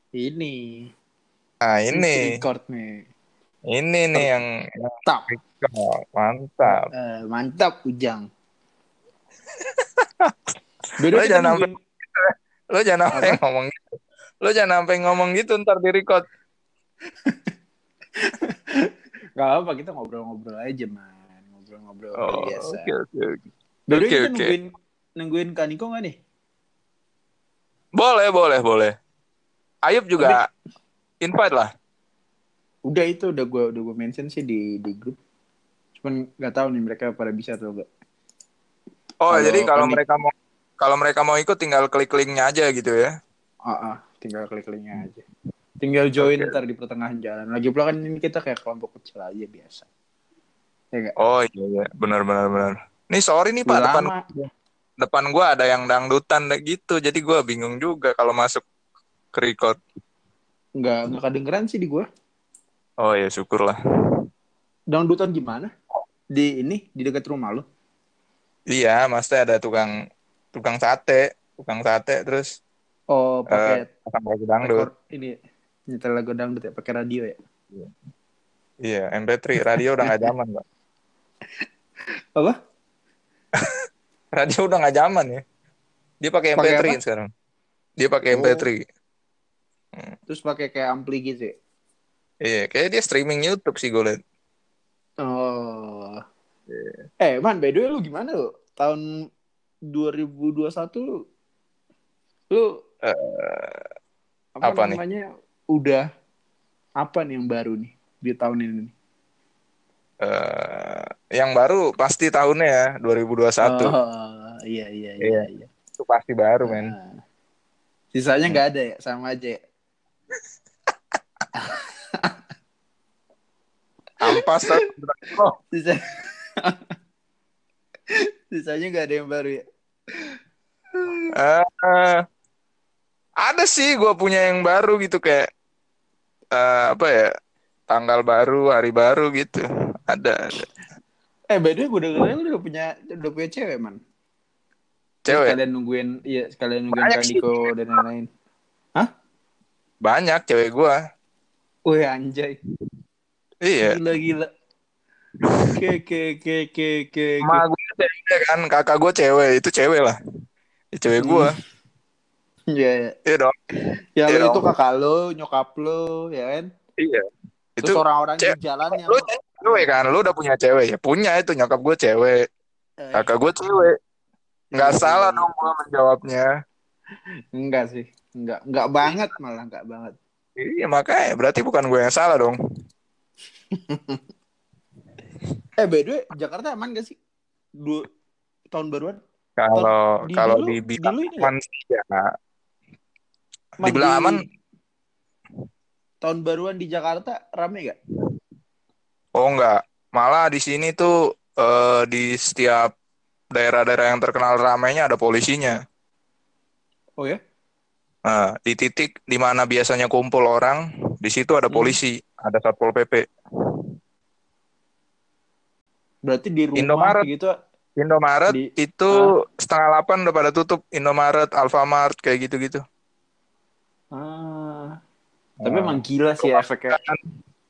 Ini Nah, Rich ini. record nih. Ini nih yang Tap. mantap. Mantap Ujang. Beda Lo kita jangan sampai nungguin lo jangan sampai apa? ngomong gitu. Lo jangan sampai ngomong gitu ntar di record. Gak apa, kita ngobrol-ngobrol aja man. Ngobrol-ngobrol Oh, biasa. oke oke oke. Beda Oke kita oke. nungguin Kaniko gak nih? Boleh boleh boleh. Ayub Tapi juga invite lah. udah itu udah gue mention sih di grup. Cuman nggak tahu nih mereka pada bisa atau enggak. Oh, jadi Kalau Kanik kalau mereka mau ikut tinggal klik linknya aja gitu ya. tinggal klik linknya aja. Tinggal join Oke. ntar di pertengahan jalan. Lagi pula kan ini kita kayak kelompok kecil aja biasa. Ya enggak? Oh iya iya benar benar benar. Nih sorry nih Udah Pak lama. depan gua ada yang dangdutan gitu. Jadi gua bingung juga kalau masuk ke record. Nggak kedengeran sih di gua. Oh ya syukurlah. Dangdutan gimana? Di ini di dekat rumah lo. Iya, maksudnya ada tukang tukang sate, tukang sate terus Oh, eh pakai pasang lagu dangdut. record ini nyetel lagu dangdut ya, pakai radio ya. Iya, MP3 radio udah nggak zaman, Pak. Apa? Radio udah nggak zaman ya. Dia pakai Pakai MP3 apa? sekarang. Dia pakai MP3. Oh, Hmm. terus pakai kayak ampli gitu ya. Iya, kayak dia streaming YouTube sih gue liat. Oh. Iya. Man, by the way lu gimana lu? Tahun 2021 lu Eh, apa apa nih? namanya? Udah apa nih yang baru nih di tahun ini nih? Yang baru pasti tahunnya ya 2021. Oh, iya iya iya Iya, iya. itu pasti baru, men. Ah. Sisanya Hmm. nggak ada ya, sama aja ya. Ampas tapi oh. Sisa sisanya nggak ada yang baru ya. Eh, ada sih gue punya yang baru gitu kayak apa ya? Tanggal baru, hari baru gitu. Ada By the way, gue denger lu udah punya cewek man. Lu cewek. sekalian nungguin Banyak sih. Kaniko dan lain-lain. Hah? Banyak cewek gue. Wih anjay. Iya. Gila gila. Ke. Emak gue cewek kan, kakak gue cewek, itu cewek lah. Itu cewek Hmm, gue. ya, ya. Iya dong, Ya iya lo itu dong. kakak lo, nyokap lo, ya kan? Iya. Itu Terus orang-orang di cewek. jalan yang Lu cewek kan, lu udah punya cewek ya. Punya itu nyokap gue cewek, eh, kakak gue cewek. Nggak iya iya salah iya. dong gue menjawabnya. Enggak sih. Enggak banget malah enggak banget. Iya makanya berarti bukan gue yang salah dong. By the way, Jakarta aman gak sih? Dua tahun baruan? Tahun Kalau di kalau lu dibilang ini aman enggak? sih ya, Man dibilang aman. tahun baruan di Jakarta rame gak? Oh enggak, malah di sini tuh di setiap daerah-daerah yang terkenal ramainya ada polisinya. Oh ya? Nah, di titik di mana biasanya kumpul orang, di situ ada Hmm. polisi, ada Satpol PP. Berarti di rumah Indomaret, gitu Indomaret di itu ah, 7:30 udah pada tutup. Indomaret, Alfamart kayak gitu-gitu. ah. Tapi Nah, emang gila sih rumah efeknya. makan.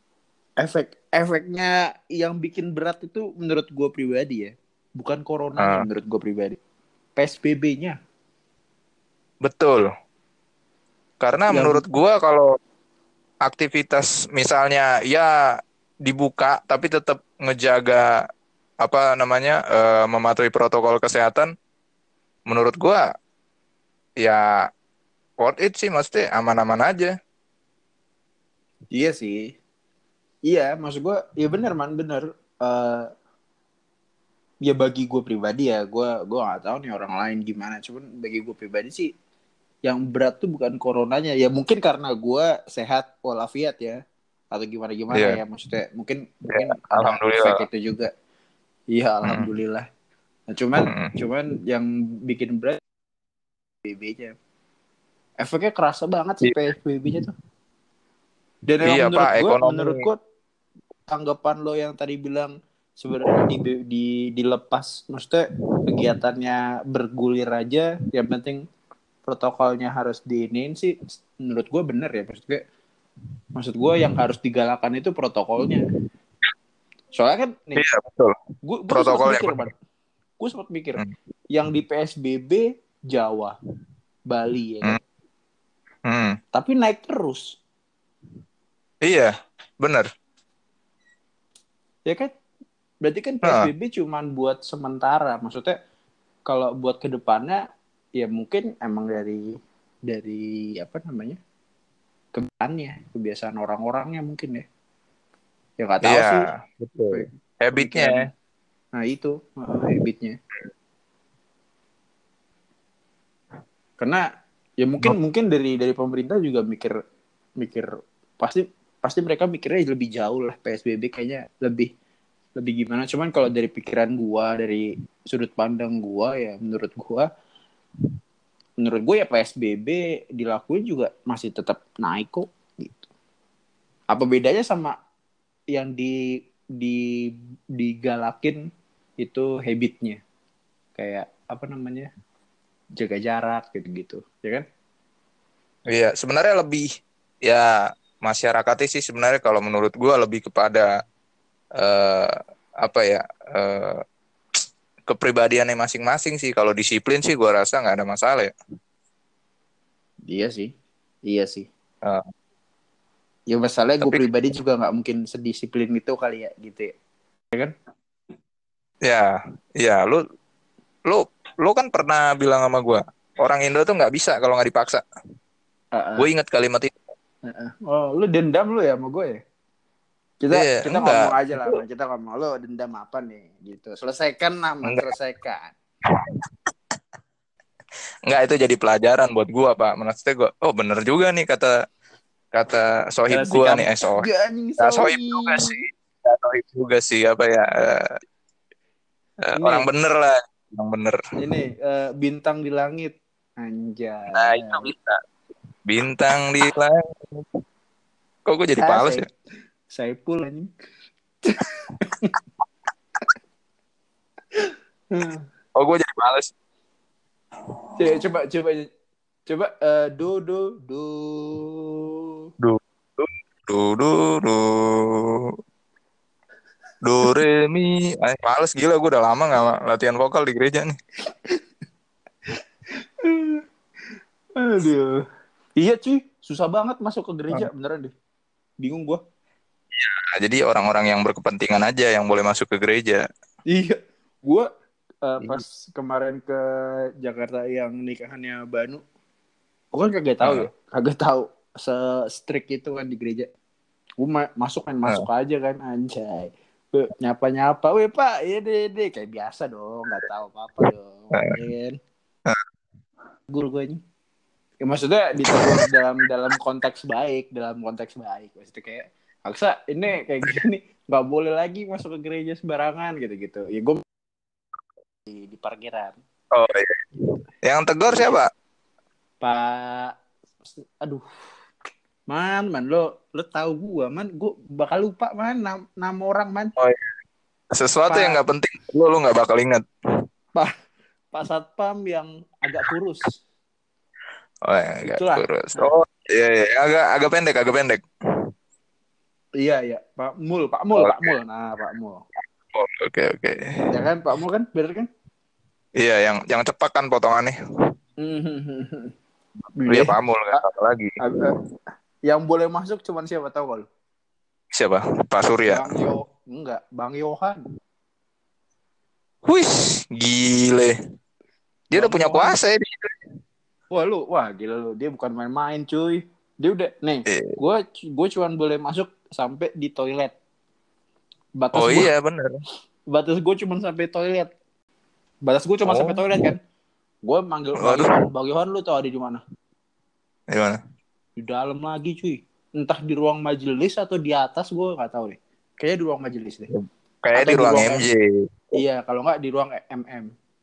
Efeknya yang bikin berat itu menurut gue pribadi ya. Bukan coronanya Nah, menurut gue pribadi. PSBB-nya betul. Karena yang menurut gua kalau aktivitas misalnya ya dibuka tapi tetap ngejaga apa namanya mematuhi protokol kesehatan, menurut gua ya worth it sih, mesti aman-aman aja. iya sih. Iya, maksud gue ya benar man benar. Eh, ya bagi gue pribadi ya, gue nggak tahu nih orang lain gimana. Cuman bagi gue pribadi sih yang berat tuh bukan coronanya. Ya mungkin karena gue sehat walafiat ya atau gimana gimana Iya, ya maksudnya mungkin iya, mungkin ada alhamdulillah. efek itu juga. Iya Mm, alhamdulillah. Nah, cuman mm. cuman yang bikin berat PSBB-nya. Efeknya kerasa banget sih I- PSBB-nya tuh. Dan emang Iya Pak, ekonomi. menurut gue tanggapan lo yang tadi bilang sebenarnya dilepas, maksudnya kegiatannya bergulir aja, yang penting protokolnya harus diinin sih, menurut gue bener ya. Maksud gue yang harus digalakan itu protokolnya. Soalnya kan nih, Iya betul. gue sempat Protokolnya mikir, benar. gue sempat mikir, Hmm. yang di PSBB Jawa, Bali ya kan, tapi naik terus, Iya, benar. ya kan? Berarti kan Nah, PSBB cuman buat sementara. Maksudnya kalau buat kedepannya, ya mungkin emang dari apa namanya, kebiasaan orang-orangnya mungkin ya. Ya nggak tahu iya, sih betul. Habitnya. pemikiran. Nah itu habitnya. Karena ya mungkin dari pemerintah juga mikir pasti pasti mereka mikirnya lebih jauh lah. PSBB kayaknya lebih gimana. Cuman kalau dari pikiran gua, dari sudut pandang gua ya, menurut gue ya PSBB dilakuin juga masih tetap naik kok gitu. Apa bedanya sama yang digalakin itu habitnya, kayak apa namanya, jaga jarak gitu-gitu ya kan. Iya, sebenarnya lebih ya masyarakatnya sih sebenarnya kalau menurut gua lebih kepada eh, apa ya kepribadiannya masing-masing sih. Kalau disiplin sih gua rasa nggak ada masalah ya. Iya sih, iya sih. Eh, Ya masalahnya gue tapi pribadi juga nggak mungkin sedisiplin itu kali ya gitu ya kan. ya ya lu lu kan pernah bilang sama gua orang Indo tuh nggak bisa kalau nggak dipaksa. Gue Uh-uh. inget kalimat itu. Oh lu dendam lu ya sama gue ya. kita Iya, kita enggak. ngomong aja lah, kita ngomong lo dendam apa nih gitu, selesaikan aman, Enggak. selesaikan. Enggak, itu jadi pelajaran buat gua, Pak. Maksudnya gua, oh bener juga nih kata kata sohib Si gua nih, kamu sohib. ganing Ya, sohib juga sohib. sih. Ya, sohib juga sih apa ya orang Ini bener lah, orang bener. bintang di langit, Nah, itu anjay. bisa. Bintang di langit. Kok gue jadi pales Saya ya? Saipul anjing. Oh, gue jadi pales. Coba coba coba do do do. Du, du, du, du. Do, re, mi. Males gila, gue udah lama gak latihan vokal di gereja nih. Aduh. Iya cuy, susah banget masuk ke gereja beneran deh. Bingung gua. Nah, jadi orang-orang yang berkepentingan aja yang boleh masuk ke gereja. Iya, gua Iya. pas kemarin ke Jakarta yang nikahannya Banu, gua kan kagak tahu ya, Heeh, kagak tahu se-strict itu kan di gereja. Gua masuk kan, masuk heeh. aja kan, anjay. Nyapa-nyapa, weh pak, iya deh, kayak biasa dong, nggak tahu apa-apa dong, ya kan. Guru gue ini. Ya, maksudnya ditegur dalam konteks baik, Maksudnya kayak, Aksa, ini kayak gini, nggak boleh lagi masuk ke gereja sembarangan gitu-gitu. Ya gue di parkiran. Oh iya. Gitu. Yang tegur siapa? Pak, aduh, man, lo tahu gue bakal lupa nama orang man. Oh iya. Sesuatu yang Pak, nggak penting, lu nggak bakal ingat. Pak, Pak Satpam yang agak kurus. Oh ya, nggak Itulah. kurus. Nah, Oh iya, iya. Agak agak pendek, agak pendek. iya, Pak Oke, Mul. Nah, Pak Mul. oke, oke. Ya kan, Pak Mul kan, bener kan? Iya, yang cepat kan potongannya. Iya, Iya. Pamul nggak apa lagi. Yang boleh masuk cuman siapa tahu kalau? Siapa? Pak Surya. Bang Yohan. Wih, gile. Dia udah Bang punya Yohan. kuasa ya. Wah gila lu, dia bukan main-main cuy. Dia udah, nih, Eh, gue cuman boleh masuk sampai di toilet. Batas Oh gue, iya, bener. batas gue cuman sampai toilet. Batas gue cuma sampai Oh, toilet kan. Gue manggil waduh. Bang Yohan lu tau ada di mana? Gimana? Di dalam lagi cuy. Entah di ruang majelis atau di atas, gue nggak tahu deh. Kayaknya di ruang majelis deh. Kayak Atau di di ruang ruang MJ. iya, kalau nggak di ruang MM.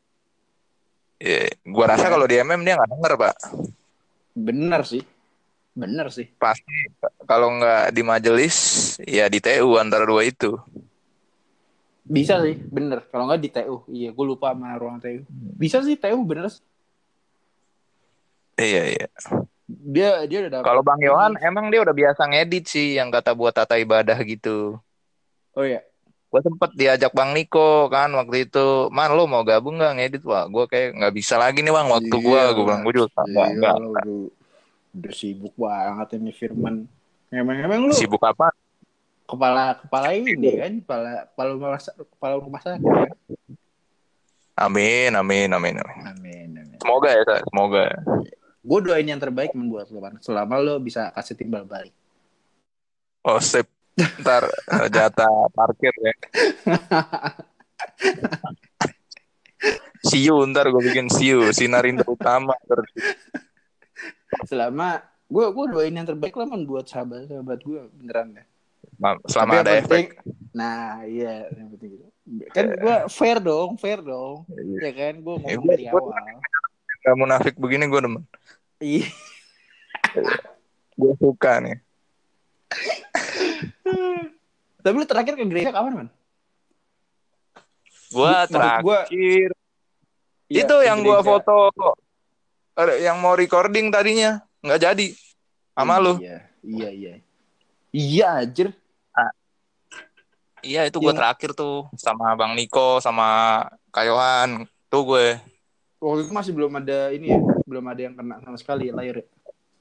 Gua Iya rasa kan? kalau di MM dia nggak denger, Pak. Bener sih. Bener sih. Pasti kalau nggak di majelis, ya di TU antara dua itu. Bisa sih, bener. Kalau nggak di TU. Iya, gue lupa sama ruang TU. Bisa sih TU, bener sih. Iya, iya. Dia udah Kalau dapat Bang Yohan ini. emang dia udah biasa ngedit sih yang kata buat tata ibadah gitu. Oh ya. Gue sempet diajak Bang Niko kan waktu itu, man lo mau gabung nggak ngedit? Wah, gue kayak nggak bisa lagi nih bang, waktu gue bilang Iyalah, gue juga nggak iyalah udah sibuk banget ini Firman. Emang lu sibuk apa? kepala kepala ini kan, kepala rumah sakit kan. Amin, amin, amin, amin. Amin, amin. Semoga ya, Kak. Semoga. Gue doain yang terbaik membuat lo kan. Selama lo bisa kasih timbal balik. Oh, sip. Ntar jatah parkir ya. See you, ntar gue bikin see you. Sinarinda Utama. Selama gue doain yang terbaik lah man buat sahabat-sahabat gue beneran ya. Tapi Selama yang ada penting, efek. nah iya yang penting gitu. Kan gue fair dong, ya kan gue Ya, ngomong gue dari awal. gak munafik begini gue demen. Iya. Gue suka nih. Tapi lu terakhir ke gereja kapan man? Gue Maksud gue, terakhir ya itu ke yang gue gereja. foto, yang mau recording tadinya nggak jadi Oh sama lu. iya anjir. Ah, iya itu gue Yang terakhir tuh sama Bang Niko sama Kayohan tuh gue. waktu itu masih belum ada ini ya, belum ada yang kena sama sekali lahir ya.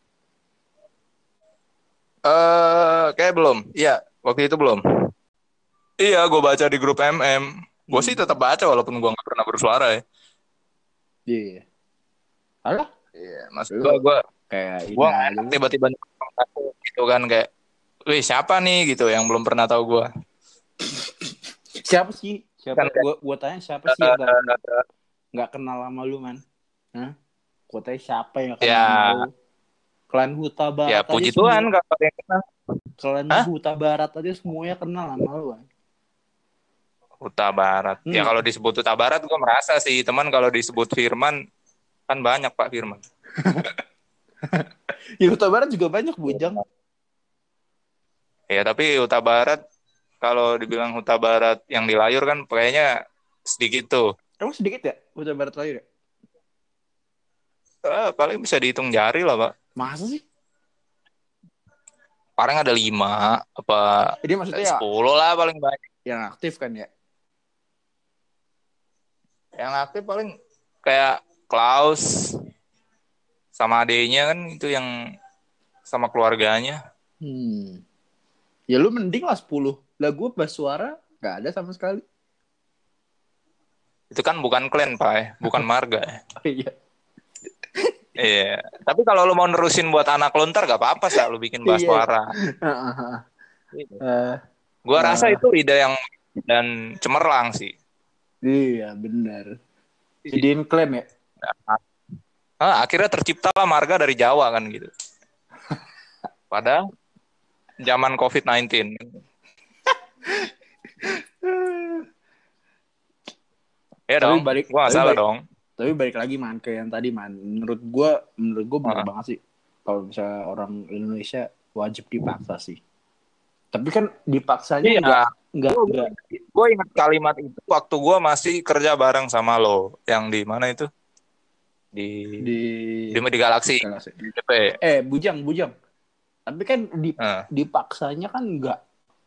Kayak belum. Iya, waktu itu belum. Iya, gue baca di grup MM. Gue sih tetap baca walaupun gue nggak pernah bersuara ya. Iya. Yeah. Alah, Iya, maksud lu gue kayak ini gue nggak aja enak lu. tiba-tiba nyolong satu gitu kan kayak, wih siapa nih gitu yang belum pernah tahu gue. Siapa sih? Kan Siapa? kayak, Gua tanya siapa sih yang eh, nggak kenal sama lu man? Hah? Gua tanya siapa yang kenal sama ya, lu? Klan Huta ya Barat aja puji Tuhan semua. kalau ada yang kenal. Klan Hah? Huta Barat aja semuanya kenal sama lu man. Huta Barat. Ya Hmm. kalau disebut Huta Barat gue merasa sih, teman kalau disebut Firman kan banyak Pak Firman. Ya Huta Barat juga banyak bujang. Ya tapi Huta Barat kalau dibilang Huta Barat yang di Layur kan kayaknya sedikit tuh. Emang sedikit ya Huta Barat lahir ya? Paling bisa dihitung jari lah Pak. Masa sih? Paling ada 5 apa Jadi maksudnya ya 10 lah paling banyak. yang aktif kan ya? Yang aktif paling kayak Klaus sama adenya kan itu yang sama keluarganya. Hmm. Ya lu mending lah 10. Lah gue Basuara nggak ada sama sekali. Itu kan bukan klan Pak, bukan marga. Oh, iya. Iya. Tapi kalau lu mau nerusin buat anak lu ntar gak apa-apa sih lu bikin Iya. Baswara. Uh, Gua rasa uh, itu ide yang dan cemerlang sih. iya benar. Jadiin klaim ya. Akhirnya terciptalah marga dari Jawa kan gitu. Pada zaman COVID-19. Ya Tapi dong, balik, gua gak tapi salah balik, dong. tapi balik lagi man ke yang tadi man. Menurut gue bener Ah. banget sih. Kalau misalnya orang Indonesia wajib dipaksa sih. Tapi kan dipaksanya Iya, nggak gue ingat kalimat itu waktu gue masih kerja bareng sama lo, yang di mana itu di di di Galaxy, Galaxy. di DP. Bujang. Tapi kan Nah, dipaksanya kan nggak.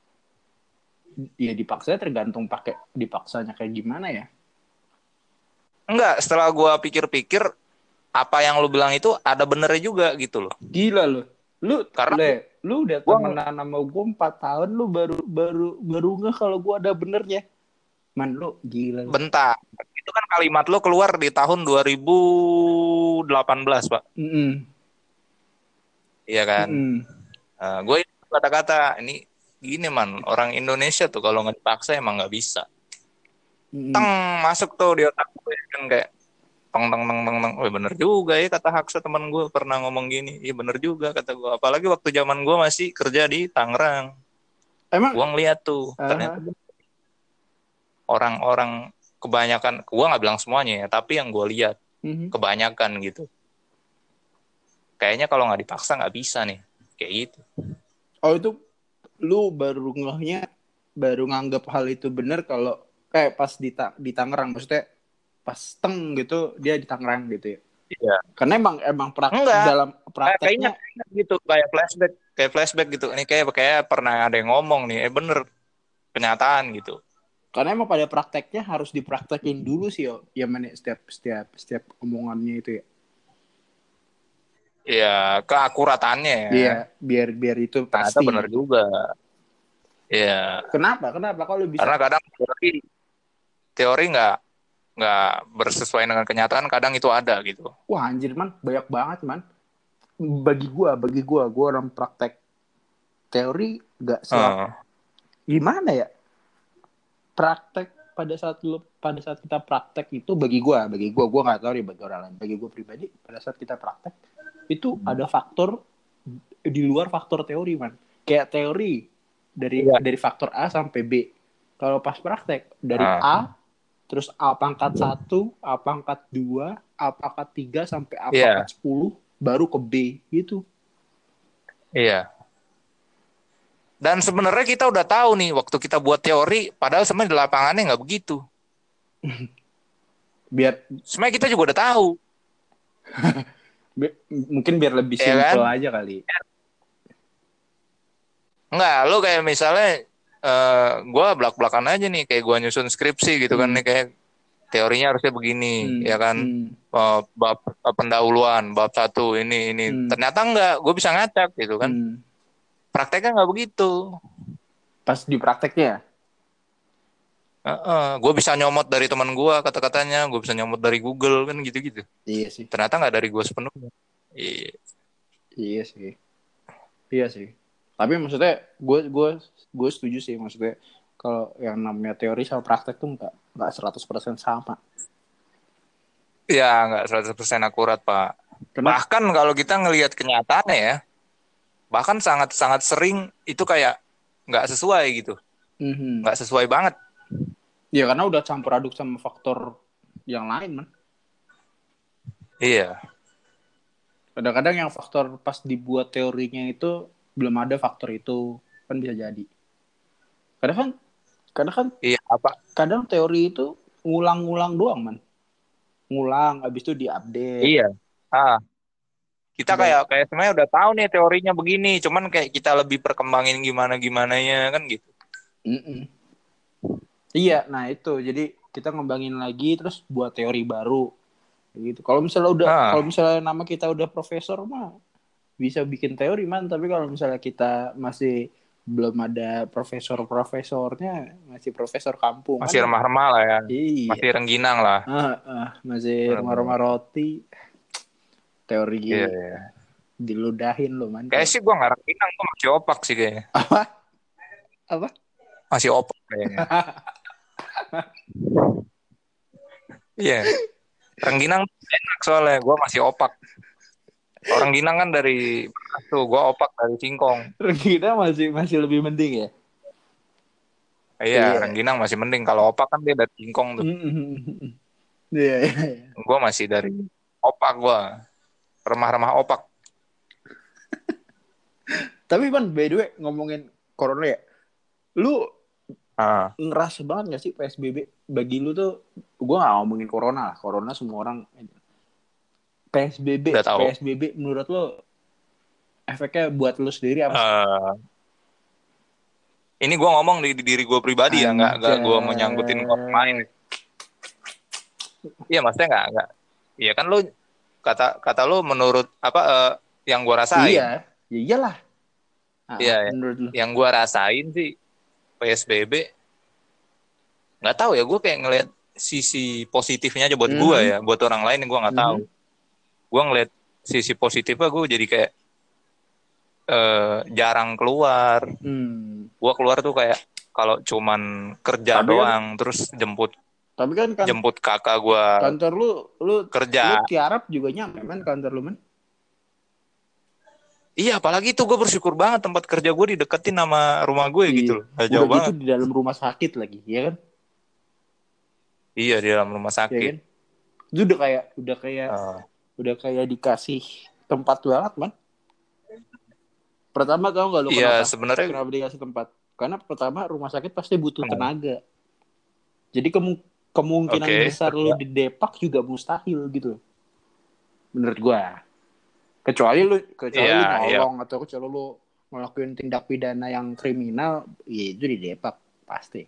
Ya dipaksanya tergantung pakai dipaksanya kayak gimana ya. enggak, setelah gue pikir-pikir, apa yang lu bilang itu ada benernya juga gitu loh. Gila lu. Karena Lu udah gue temenan sama gue 4 tahun lu baru nggak kalau gue ada benernya. Man lu gila lu. bentar, itu kan kalimat lu keluar di tahun 2018 Pak. Mm-mm. Iya kan? Mm-mm. Gue kata-kata ini gini man, orang Indonesia tuh kalau nggak dipaksa emang nggak bisa. Teng Mm-mm. masuk tuh di otak gue kan kayak teng teng teng teng teng. Oh bener juga ya kata Haksa teman gue pernah ngomong gini. Iya bener juga kata gue. Apalagi waktu zaman gue masih kerja di Tangerang. Emang Gue ngeliat tuh ternyata orang-orang kebanyakan, gue nggak bilang semuanya ya, tapi yang gue lihat kebanyakan gitu. Kayaknya kalau nggak dipaksa nggak bisa nih, kayak gitu. oh itu lu baru ngehnya baru nganggap hal itu benar kalau kayak pas di Tangerang maksudnya pas teng gitu dia di Tangerang gitu ya. Iya. Karena emang Enggak. dalam Kayaknya prakteknya. gitu, kayak flashback gitu. Ini kayak pernah ada yang ngomong nih, bener kenyataan gitu. Karena emang pada prakteknya harus dipraktekin dulu sih yo, ya mana setiap omongannya itu ya. Iya, keakuratannya ya. Iya, biar itu Ternyata pasti. bener juga. Iya, Kenapa kalau bisa? karena kadang teori nggak bersesuaian dengan kenyataan, kadang itu ada gitu. Wah anjir man, banyak banget man. Bagi gua orang praktek teori gak selap. Eh, Gimana ya? Praktek pada saat kita praktek itu bagi gua nggak tahu nih bagi orang lain. Bagi gua pribadi pada saat kita praktek itu ada faktor di luar faktor teori man. Kayak teori dari Iya. dari faktor A sampai B. Kalau pas praktek dari eh, A terus A pangkat 1, A pangkat 2, A pangkat 3 sampai A iya, pangkat 10 baru ke B gitu. iya. Dan sebenarnya kita udah tahu nih waktu kita buat teori, padahal sebenarnya di lapangannya nggak begitu. Biar Sebenarnya kita juga udah tahu, mungkin biar lebih ya simple kan? aja kali. Enggak, lo kayak misalnya gue belak-belakan aja nih, kayak gue nyusun skripsi gitu kan Hmm. nih, kayak teorinya harusnya begini, ya Hmm. kan? Hmm. Bab pendahuluan, bab satu ini. Hmm. Ternyata enggak, gue bisa ngacak gitu kan. Hmm. Prakteknya nggak begitu. Pas di prakteknya. Gue bisa nyomot dari teman gue kata-katanya, gue bisa nyomot dari Google kan gitu-gitu. Iya sih. Ternyata nggak dari gue sepenuhnya. Iya. Iya sih. Iya sih. Tapi maksudnya gue setuju sih maksudnya kalau yang namanya teori sama praktek tuh nggak 100% sama. Ya, nggak 100% akurat, Pak. Karena Bahkan kalau kita ngelihat kenyataannya ya, bahkan sangat-sangat sering itu kayak nggak sesuai gitu. mhm. Nggak sesuai banget. Ya karena udah campur aduk sama faktor yang lain man. Iya. Kadang-kadang yang faktor pas dibuat teorinya itu belum ada faktor itu kan bisa jadi. Kadang kan kadang kan Iya, apa? kadang teori itu ngulang-ngulang doang man. Ngulang abis itu diupdate Iya. Ah, kita dan kayak kayak sebenarnya udah tahu nih teorinya begini, cuman kayak kita lebih perkembangin gimana gimananya kan gitu. mm-mm. Iya, nah itu. Jadi kita ngembangin lagi terus buat teori baru gitu. Kalau Ah, misalnya nama kita udah profesor mah bisa bikin teori man, tapi kalau misalnya kita masih belum ada profesornya, masih profesor kampungan masih ya. remah-remah lah ya. Masih Iya. rengginang lah. Masih rumah-rumah Bener-bener. roti, Iya, teori iya. diludahin loh man Kayak kalau sih gue nggak rengginang, gue masih opak sih kayaknya. apa apa Masih opak kayaknya. Iya. Rengginang tuh enak soalnya gue masih opak. Orang Ginang kan dari beras tuh, gue opak dari singkong. kita masih masih lebih mending ya. Iya, Iya. rengginang masih mending. Kalau opak kan dia dari singkong tuh. Iya, iya, iya. Gue masih dari opak gue. Remah-remah opak. Tapi man, by the way ngomongin corona ya, lu Ah, ngerasa banget gak sih PSBB bagi lu tuh? Gue gak ngomongin corona lah, corona semua orang. PSBB udah tahu. PSBB menurut lo efeknya buat lu sendiri apa sih? Eh, ini gue ngomong di diri gue pribadi ya, nggak gue mau nyangkutin ke orang lain. Anjay. Iya, maksudnya nggak. Iya kan lu kata kata lu menurut apa yang gue rasain. Iya, ya iyalah. Iya, ya. Menurut lu. Yang gue rasain sih PSBB nggak tahu ya, gue kayak ngeliat sisi positifnya aja buat gue Mhm. ya, buat orang lain gue nggak tahu. Mhm. Gue ngeliat sisi positifnya, gue jadi kayak jarang keluar. Hmm. Gue keluar tuh kayak kalau cuman kerja Tapi kan doang, terus jemput tapi kan jemput kakak gue kantor lu lu lu kerja. tiarap juga nyampe man kantor lu man. Iya, apalagi tuh gue bersyukur banget tempat kerja gue dideketin sama rumah gue gitu Iya. loh, gak Udah jauh gitu banget. di dalam rumah sakit lagi, ya kan? Iya, di dalam rumah Ya sakit. kan? Itu Eh, udah kayak dikasih tempat banget man. Pertama tau gak lu iya, kenapa? sebenarnya Kenapa dikasih tempat? Karena pertama rumah sakit pasti butuh kenapa? tenaga. Jadi kemungkinan Oke, besar lu kedua. didepak juga mustahil gitu. menurut gue. Kecuali lu Iya, iya. nyolong atau kecuali lu ngelakuin tindak pidana yang kriminal, ya itu didepak pasti.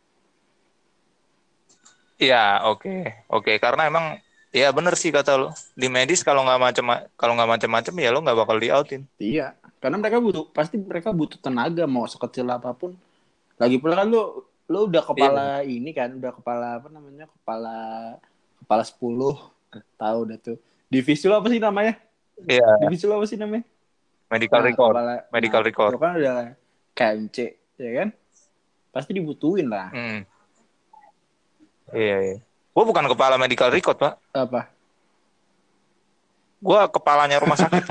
Iya, oke. Oke, karena emang ya bener sih kata lo. Di medis kalau nggak macam-macam ya lo nggak bakal di-outin. Iya, karena pasti mereka butuh tenaga mau sekecil apapun. Lagi pula kan lu udah Iya. kepala ini kan, udah kepala apa namanya? Kepala 10. Tahu udah tuh. Divisi lu apa sih namanya? Iya, Divisi lu apa sih namanya? medical record. Nah, Medical lu record. kan udah KMC, ya kan? Pasti dibutuhin lah. Hmm. Iya, iya. Gue bukan kepala medical record, Pak. Apa? Gue kepalanya rumah sakit.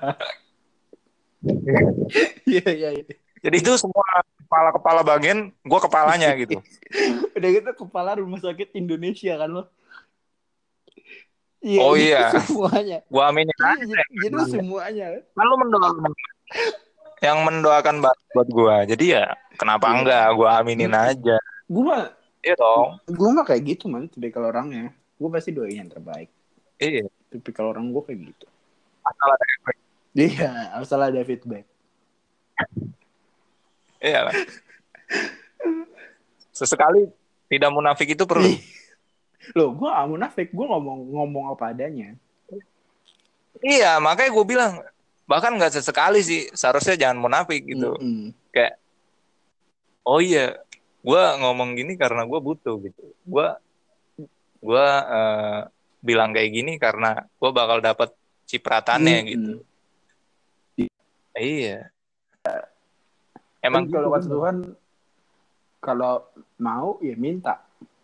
Iya, iya, iya. Jadi itu semua kepala-kepala bagian, gue kepalanya gitu. Udah gitu kepala rumah sakit Indonesia kan lo. Iya, Oh jadi iya, semuanya. gue aminin Iya, aja deh. jadi lu semuanya. Kan lu mendoakan, yang mendoakan buat gue. Jadi ya kenapa enggak, Iya. gue aminin aja. Gue mah Iya dong. gue mah kayak gitu man, tipikal orangnya. Gue pasti doain yang terbaik. Iya. Tipikal orang gue kayak gitu. Asal ada efek. Iya, asal ada feedback. Iya kan. Sesekali tidak munafik itu perlu. Loh, gue gak munafik, gue ngomong apa adanya. Iya, makanya gue bilang bahkan nggak sesekali sih, seharusnya jangan munafik gitu. Kayak, oh iya, gue ngomong gini karena gue butuh gitu. Gue bilang kayak gini karena gue bakal dapat cipratannya gitu. Iya. Emang Kan gitu. kalau kata Tuhan, kalau mau ya minta.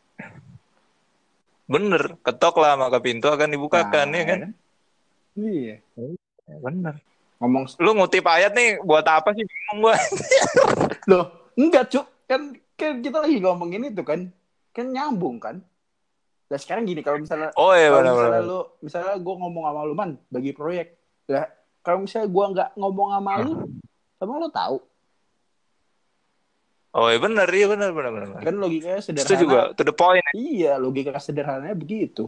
Bener, ketok lah maka pintu akan dibukakan, Nah, ya kan? Iya. Bener. Ngomong, lu ngutip ayat nih buat apa sih, bingung gue. loh, enggak Cuk, kan kita lagi ngomongin itu kan nyambung kan. Nah sekarang gini, kalau misalnya Oh iya, kalau bener. misalnya gue ngomong sama lu man bagi proyek, lah kalau misalnya gue nggak ngomong sama lu, emang lu tahu? Oh iya bener, bener. Kan logikanya Itu sederhana. juga to the point. Iya, logika sederhananya begitu.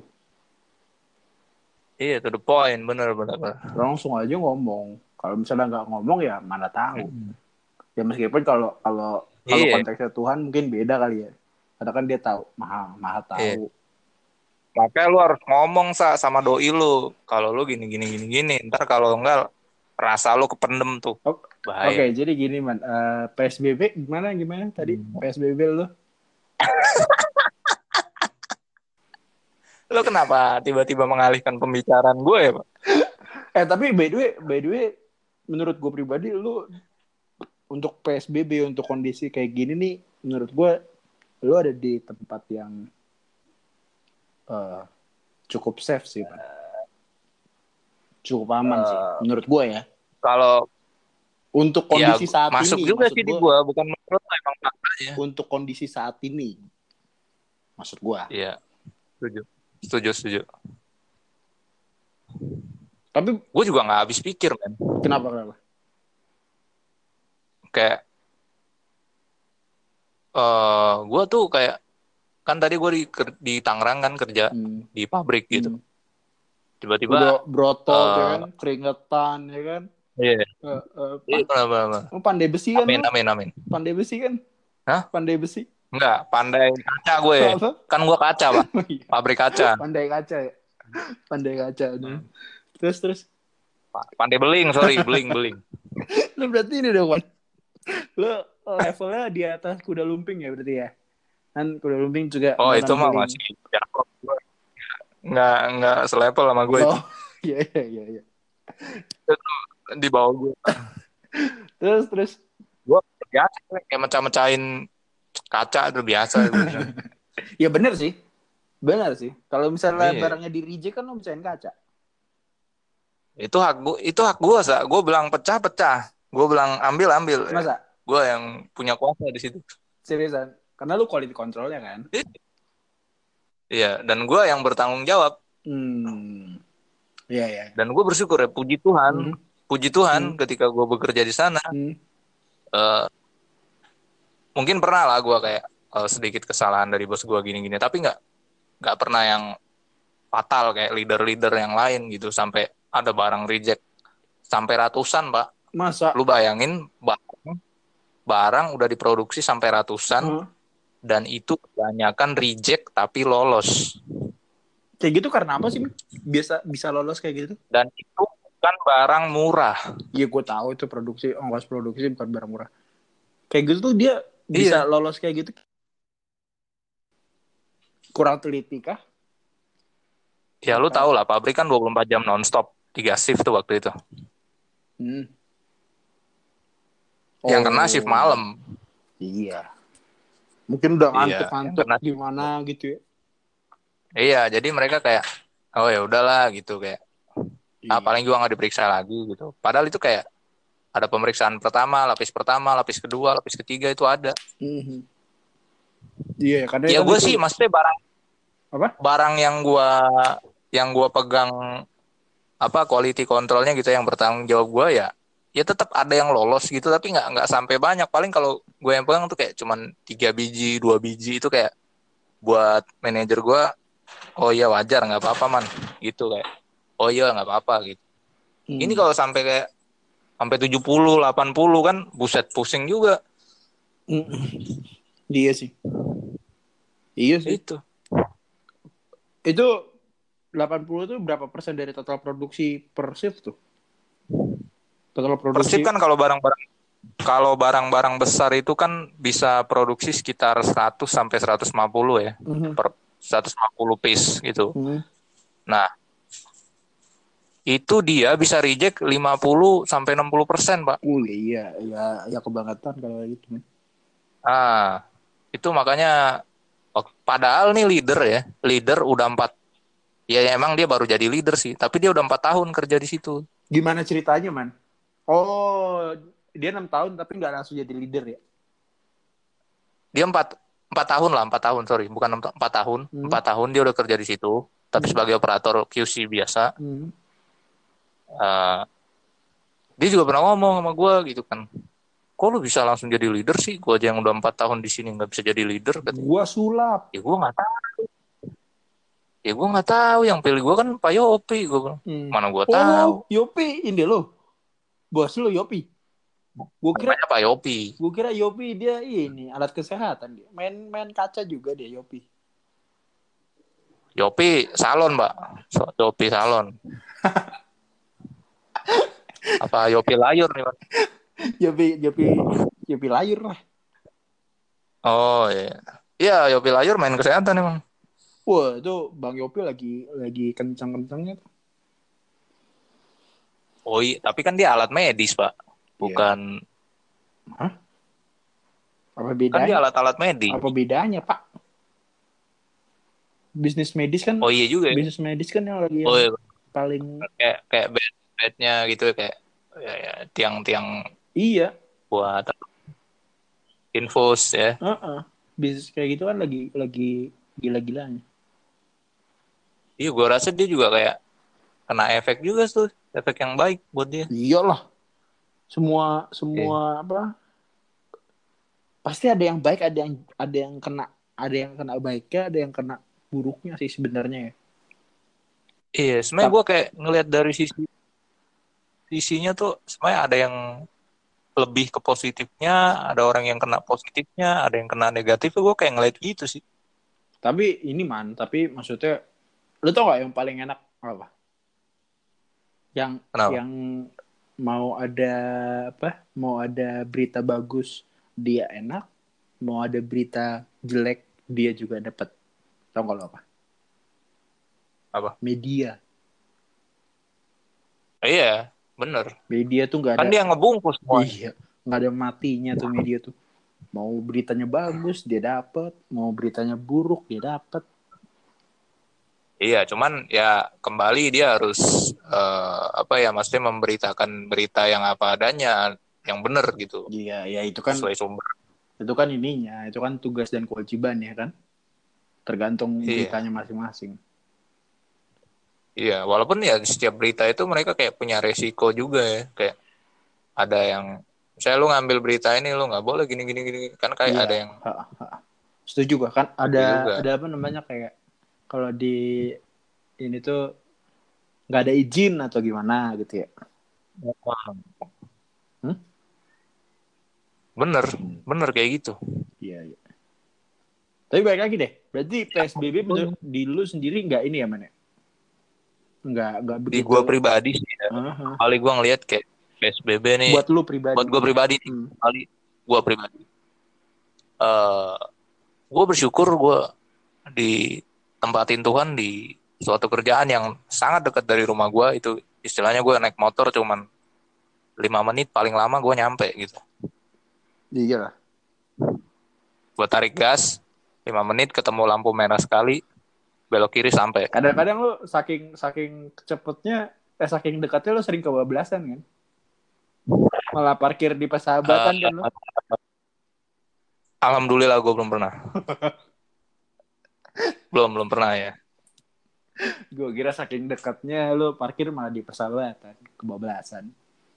Iya, to the point, bener. Langsung aja ngomong. Kalau misalnya nggak ngomong ya mana tahu. Ya meskipun kalau Iya. konteksnya Tuhan mungkin beda kali ya. Karena kan dia tahu, maha tahu. Iya. Makanya lu harus ngomong sama doi lu. Kalau lu gini. Ntar kalau enggak rasa lu kependem tuh. Bahaya. Oke, jadi gini man. PSBB gimana tadi? PSBB lu? Lu kenapa tiba-tiba mengalihkan pembicaraan gue ya, Pak? Tapi by the way, menurut gue pribadi lu untuk PSBB, untuk kondisi kayak gini nih, menurut gue lu ada di tempat yang cukup safe sih, man. Cukup aman sih, menurut gue ya. Kalau untuk kondisi ya, saat masuk ini, juga sih di gue, bukan menurut lo, emang faktanya. Untuk kondisi saat ini, maksud gue. Iya, setuju. Tapi gue juga nggak habis pikir, man. Kenapa? Kayak gue tuh kayak, kan tadi gue di Tangerang kan kerja di pabrik gitu. Tiba-tiba udah brotot ya kan, keringetan ya kan. Iya. Benar. Pandai besi kan? Amin. Pandai besi kan? Hah? Pandai besi? Enggak, pandai kaca gue. Kan gue kaca, Pak. Pabrik kaca. Pandai kaca ya. Pandai kaca. Terus. Pandai beling. Lu berarti ini dong, lu levelnya di atas kuda lumping ya berarti ya? Kan kuda lumping juga. Oh, itu mah masih nggak selevel sama gue. Oh, iya. Itu di bawah gue. Terus. Gue biasa kayak mecah-mecahin kaca itu biasa. Ya benar sih. Kalau misalnya barangnya di reject kan lo mecahin kaca. Itu hak gue, Sa. Gue bilang pecah. Gue bilang ambil. Masa? Gue yang punya kuasa di situ. Seriusan? Karena lu quality control-nya kan? Iya, dan gue yang bertanggung jawab. Iya. Dan gue bersyukur ya, puji Tuhan ketika gue bekerja di sana. Mungkin pernah lah gue kayak sedikit kesalahan dari bos gue gini-gini, tapi nggak pernah yang fatal kayak leader-leader yang lain gitu, sampai ada barang reject sampai ratusan, Pak. Masa? Lu bayangin barang udah diproduksi sampai ratusan Heeh. dan itu kebanyakan reject tapi lolos. Kayak gitu karena apa sih, Mi? Biasa bisa lolos kayak gitu? Dan itu bukan barang murah. Iya, gue tahu itu ongkos produksi bukan barang murah. Kayak gitu tuh dia bisa Iya. lolos kayak gitu. Kurang teliti kah? Ya lu tau Apa? lah, pabrik kan 24 jam nonstop, 3 shift tuh waktu itu. Hmm. Yang kena shift Oh, malam. iya. Mungkin udah Iya, yang ngantuk-ngantuk kena shift malam. gimana gitu ya. Iya, jadi mereka kayak, oh ya udahlah gitu, kayak Iya. paling juga nggak diperiksa lagi gitu. Padahal itu kayak ada pemeriksaan pertama, lapis kedua, lapis ketiga itu ada. Mhm. Iya, karena Ya kan gue itu sih maksudnya barang apa? barang yang gua pegang apa quality controlnya gitu, yang bertanggung jawab gue, ya tetap ada yang lolos gitu, tapi nggak sampai banyak. Paling kalau gue yang pegang tuh kayak cuman 3 biji 2 biji, itu kayak buat manajer gue, oh iya wajar, nggak apa-apa man, gitu kayak, oh iya nggak apa-apa gitu. Ini Hmm. kalau sampai kayak sampai 70 80 kan buset, pusing juga. Mhm. Iya sih. Iya sih. Itu Itu 80 itu berapa persen dari total produksi per shift tuh? Total Persib produksi. kan kalau barang-barang besar itu kan bisa produksi sekitar 100 sampai 150 ya, Mhm. per 150 piece gitu. Mhm. Nah, itu dia bisa reject 50 sampai 60%, Pak. Iya, ya, ya kebangetan kalau gitu. Ah, itu makanya padahal nih leader ya, leader udah 4, ya emang dia baru jadi leader sih, tapi dia udah 4 tahun kerja di situ. Gimana ceritanya, Man? Oh, dia 6 tahun tapi nggak langsung jadi leader ya? Dia 4 tahun lah, 4 tahun, sorry, bukan 4 tahun, Hmm. 4 tahun dia udah kerja di situ, tapi Hmm. sebagai operator QC biasa. Hmm. Ah, dia juga pernah ngomong sama gue gitu kan, kok lu bisa langsung jadi leader sih, gue aja yang udah 4 tahun di sini nggak bisa jadi leader katanya. Gua sulap. Ya gue nggak tahu, yang pilih gue kan Pak Yopi, gue bilang, Hmm. mana gue tahu. Oh, Yopi ini lo. Bos lo Yopi. Gua kira Namanya Pak Yopi. gua kira Yopi dia ini alat kesehatan dia. Main kaca juga dia Yopi. Yopi salon, Mbak. Yopi salon. Apa Yopi layur nih, Pak? Yopi Yopi Yopi layur lah. Oh iya. Iya, Yopi layur main kesehatan emang. Wah, itu Bang Yopi lagi kencang-kencangnya tuh. Oh iya, tapi kan dia alat medis, Pak. Iya. Bukan, Hah? Apa kan dia bedanya? alat-alat medis. Apa bedanya, Pak? Bisnis medis kan Oh iya juga ya. bisnis medis kan yang lagi Oh yang iya, paling kayak kayak bednya gitu, kayak ya, tiang-tiang iya. buat infus ya. Heeh. Bisnis kayak gitu kan lagi gila-gilanya. Iya, gua rasa dia juga kayak kena efek juga tuh, efek yang baik buat dia. Iyalah, semua Iya. semua apa? Pasti ada yang baik, ada yang kena baiknya, ada yang kena buruknya sih sebenarnya ya. Iya, sebenarnya Tapi gue kayak ngelihat dari sisinya tuh sebenarnya ada yang lebih ke positifnya, ada orang yang kena positifnya, ada yang kena negatif. Gue kayak ngeliat gitu sih. tapi maksudnya lu tau gak yang paling enak apa? Yang Kenapa? yang mau ada Mau ada berita bagus dia enak, mau ada berita jelek dia juga dapat. Tau gak lo apa? Apa? Media. Iya, bener. Media tuh nggak Kan ada. dia ngebungkus semuanya. Iya, nggak ada matinya tuh media tuh. Mau beritanya bagus dia dapat, mau beritanya buruk dia dapat. Iya, cuman ya kembali dia harus apa ya, maksudnya memberitakan berita yang apa adanya, yang bener gitu, Iya, ya sesuai sumber. itu kan ininya, itu kan tugas dan kewajiban ya kan. Tergantung Iya, beritanya masing-masing. iya. Walaupun ya setiap berita itu mereka kayak punya resiko juga ya, kayak ada yang, saya lu ngambil berita ini lu nggak boleh gini gini gini, kan kayak Iya, ada yang setuju gak kan? itu Ada juga. ada apa namanya kayak kalau di ini tuh nggak ada izin atau gimana gitu ya. Hmm? Bener, bener kayak gitu. Iya, iya. Tapi balik lagi deh, berarti PSBB di lu sendiri nggak ini ya, mana? Nggak Di begitu. gua pribadi sih, ya. Uh-huh. Kali gua ngelihat kayak PSBB nih, Buat lu pribadi. buat gua pribadi nih, kali gua pribadi. Gua bersyukur gua ditempatin Tuhan di suatu kerjaan yang sangat dekat dari rumah gua, itu istilahnya gua naik motor cuman 5 menit paling lama gua nyampe gitu. Iya lah. Gua tarik gas 5 menit ketemu lampu merah sekali, belok kiri sampai. Kadang-kadang lu saking cepetnya, saking dekatnya lu sering kebablasan kan? Malah parkir di Persahabatan kan lu? Uh, Alhamdulillah gue belum pernah. belum pernah ya. Gue kira saking dekatnya lu parkir malah di Persahabatan, kebablasan.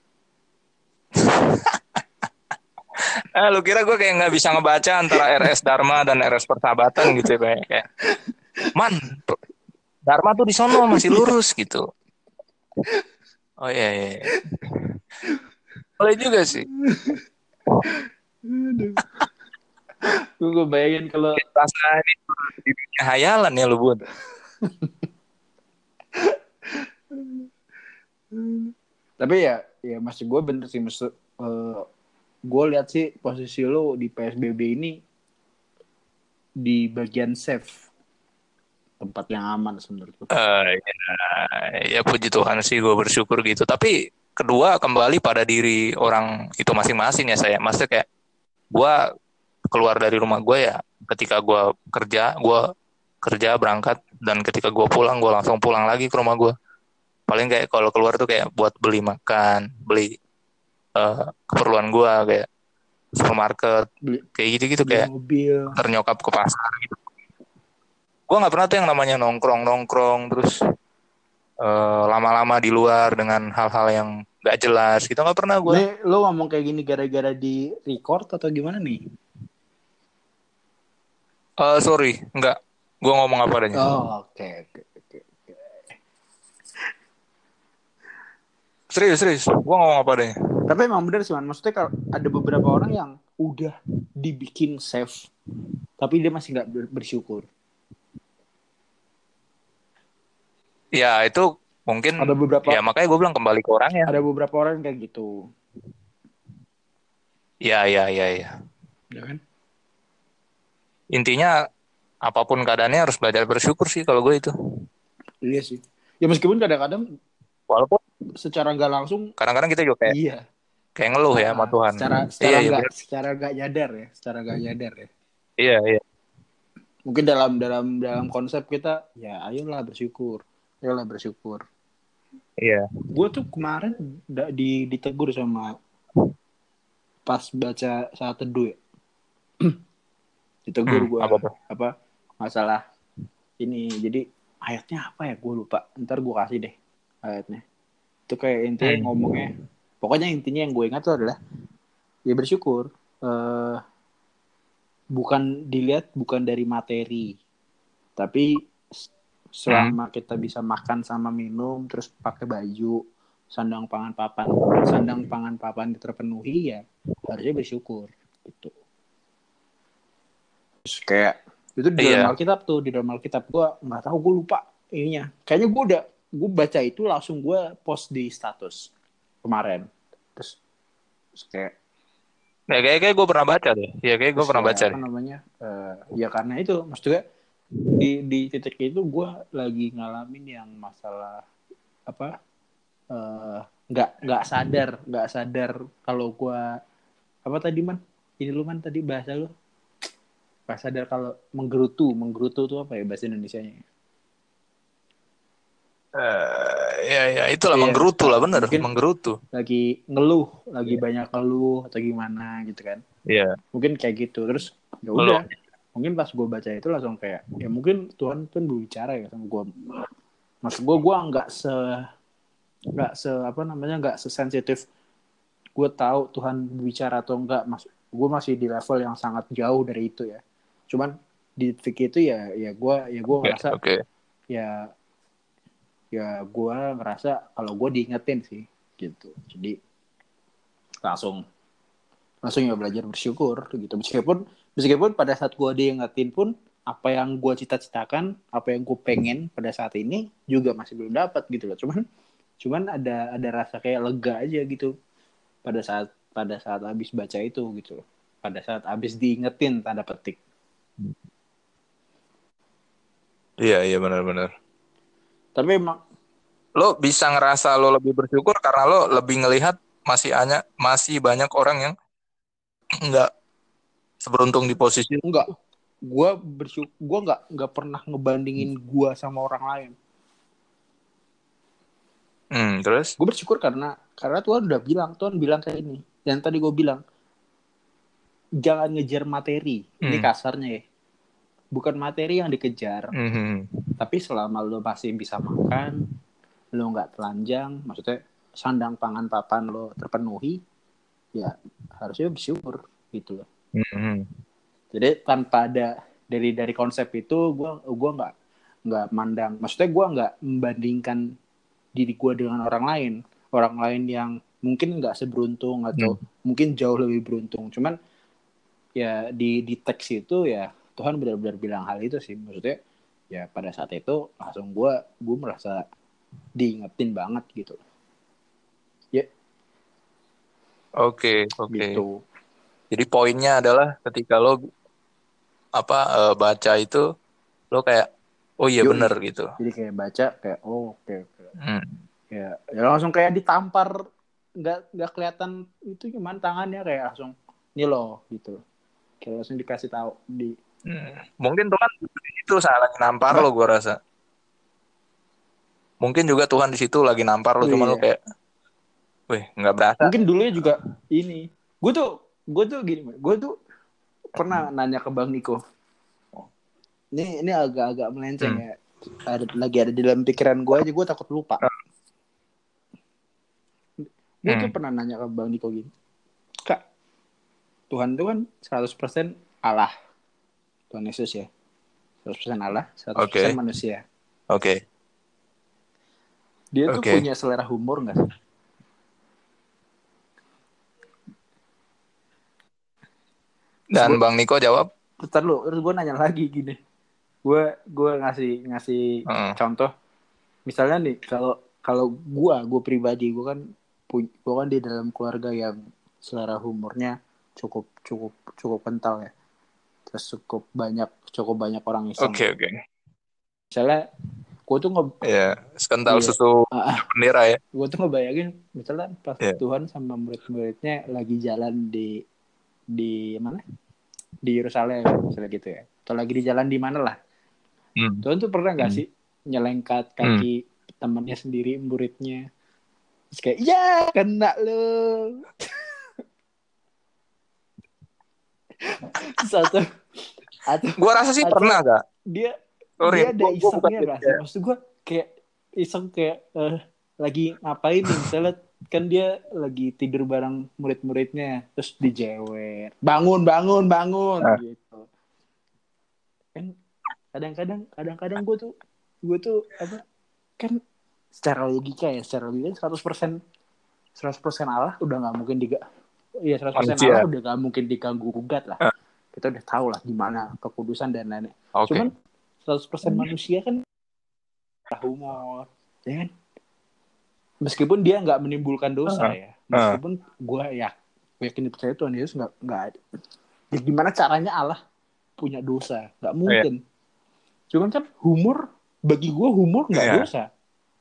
Lu kira gue kayak nggak bisa ngebaca antara RS Dharma dan RS Persahabatan gitu ya, kayak man, Dharma tuh di sono masih lurus gitu. Oh iya, iya. Boleh juga sih. Gue bayangin kalau Rasa di dunia hayalan ya lu Bun. tapi ya maksud gue bener sih, maksud gue lihat sih posisi lo di PSBB ini di bagian safe, tempat yang aman menurut gue. Ya puji Tuhan sih gue bersyukur gitu. Tapi kedua kembali pada diri orang itu masing-masing ya saya. Maksudnya kayak gue keluar dari rumah gue ya ketika gue kerja berangkat, dan ketika gue pulang gue langsung pulang lagi ke rumah gue. Paling kayak kalau keluar tuh kayak buat beli makan, beli keperluan gue kayak supermarket, kayak gitu-gitu, beli kayak mobil. ternyokap ke pasar gitu. Gue nggak pernah tuh yang namanya nongkrong terus lama-lama di luar dengan hal-hal yang nggak jelas gitu, nggak pernah gue. Nih lo ngomong kayak gini gara-gara di record atau gimana nih? Sorry, nggak, gue ngomong apa adanya. Oh, oke. Serius, gue ngomong apa adanya. Tapi emang bener sih, man. Maksudnya kalau ada beberapa orang yang udah dibikin safe, tapi dia masih nggak bersyukur. Ya itu mungkin Ada beberapa. ya makanya gue bilang kembali ke orangnya. Ada beberapa orang yang kayak gitu. Ya. Ya kan? Intinya apapun keadaannya harus belajar bersyukur sih kalau gue itu. Iya sih. Ya meskipun kadang-kadang Walaupun secara nggak langsung, kadang-kadang kita juga iya. kayak ngeluh ya sama Tuhan. Secara Iya, nggak bener. secara nggak nyadar ya, secara nggak nyadar ya. Iya. Mungkin dalam konsep kita, ya ayolah bersyukur, Iya. Gue tuh kemarin ditegur sama pas baca saat teduh ya. Ditegur gue Apa tuh? apa masalah ini. Jadi ayatnya apa ya, gue lupa, ntar gue kasih deh ayatnya. Itu kayak intinya ngomongnya, pokoknya intinya yang gue ingat tuh adalah ya bersyukur, bukan dari materi, tapi selama kita bisa makan sama minum, terus pakai baju, sandang pangan papan terpenuhi, ya harusnya bersyukur gitu. Terus kayak itu di dalam Alkitab tuh, di dalam Alkitab gue nggak tahu, gue lupa ininya. Kayaknya gue baca itu langsung gue post di status kemarin. Terus kayak ya kayak gue pernah baca deh. Ya kayak gue pernah baca apa namanya? Ya karena itu maksudnya di titik itu gue lagi ngalamin yang masalah apa? Nggak sadar kalau gue apa tadi man? Ini lu man tadi bahasa lu. Nggak sadar kalau menggerutu tuh apa ya bahasa Indonesianya? Ya itulah menggerutu lah, bener, menggerutu. Lagi ngeluh, lagi banyak ngeluh atau gimana gitu kan? Iya. Mungkin kayak gitu. Terus ya udah. Mungkin pas gue baca itu langsung kayak, ya mungkin Tuhan pun berbicara ya sama gue. Maksud gue nggak sesensitif gue tahu Tuhan berbicara atau enggak. Gue masih di level yang sangat jauh dari itu ya. Cuman di titik itu ya gue ngerasa ya ya gue ngerasa kalau gue diingetin sih gitu. Jadi langsung ya belajar bersyukur gitu. Meskipun pada saat gue diingetin pun apa yang gue cita-citakan, apa yang gue pengen pada saat ini juga masih belum dapat gitu loh. Cuman ada rasa kayak lega aja gitu pada saat habis baca itu gitu loh. Pada saat habis diingetin tanda petik. Iya benar-benar. Tapi emang Lo bisa ngerasa lo lebih bersyukur karena lo lebih ngelihat masih banyak orang yang nggak seberuntung di posisi lo. enggak, gue nggak pernah ngebandingin gue sama orang lain. Terus? Gue bersyukur karena Tuhan bilang kayak ini. Yang tadi gue bilang, jangan ngejar materi. Ini kasarnya ya. Bukan materi yang dikejar, tapi selama lo masih bisa makan, lo nggak telanjang, maksudnya sandang pangan papan lo terpenuhi, ya harusnya bersyukur gitu loh. Jadi tanpa ada dari konsep itu, gue nggak mandang, maksudnya gue nggak membandingkan diri gue dengan orang lain yang mungkin nggak seberuntung atau mungkin jauh lebih beruntung. Cuman ya di teks itu ya Tuhan benar-benar bilang hal itu sih, maksudnya ya pada saat itu langsung gue merasa diingetin banget gitu ya. Oke. Gitu. Jadi poinnya adalah ketika lo baca itu lo kayak oh iya bener Yoi. gitu. Jadi kayak baca kayak oke. Hmm. Ya langsung kayak ditampar, nggak kelihatan itu gimana tangannya, kayak langsung ini loh gitu, kayak langsung dikasih tahu di Mungkin Tuhan itu salah lagi nampar apa. lo, gue rasa. Mungkin juga Tuhan di situ lagi nampar lo, Oh cuma lo iya, kayak, wih nggak berasa. mungkin dulunya juga ini, gue tuh gini, gue tuh pernah nanya ke Bang Niko. Ini agak-agak melenceng ya. Lagi ada di dalam pikiran gue aja, gue takut lupa. Gue tuh pernah nanya ke Bang Niko gini. Kak, Tuhan itu kan 100% Allah. Tuhan Yesus ya. 100% Allah, 100% Oke. manusia. Oke. Dia tuh punya selera humor gak sih? Dan Bang Niko jawab, Terus gue nanya lagi gini. Gue ngasih contoh. Misalnya nih, kalau gue pribadi, gue kan di dalam keluarga yang selera humornya cukup kental ya. Terus cukup banyak orang iseng. oke. Misalnya gue tuh Ya, sekental susu bendera ya. gue tuh ngebayangin misalnya pas Yeah. Tuhan sama murid-muridnya lagi jalan di mana, di Yerusalem misalnya gitu ya, atau lagi di jalan di mana lah. Tuhan tuh pernah nggak sih nyelengkat kaki temannya sendiri, muridnya, terus kayak ya kena lo satu atau Gue rasa sih pernah gak? dia ada isengnya nggak sih? Maksud gue kayak iseng kayak lagi ngapain nih, misalnya kan dia lagi tidur bareng murid-muridnya terus dijewer, bangun gitu kan. Kadang-kadang gue tuh apa, kan secara logika 100% Allah udah nggak mungkin 100% Allah udah nggak mungkin diganggu gugat lah. Kita udah tahu lah gimana kekudusan dan lain-lain. Cuman 100% manusia kan humor, ya kan? Meskipun dia nggak menimbulkan dosa ya, meskipun gue yakin percaya Tuhan Yesus nggak ada. Ya gimana caranya Allah punya dosa? Nggak mungkin. Cuman kan bagi gue humor nggak dosa.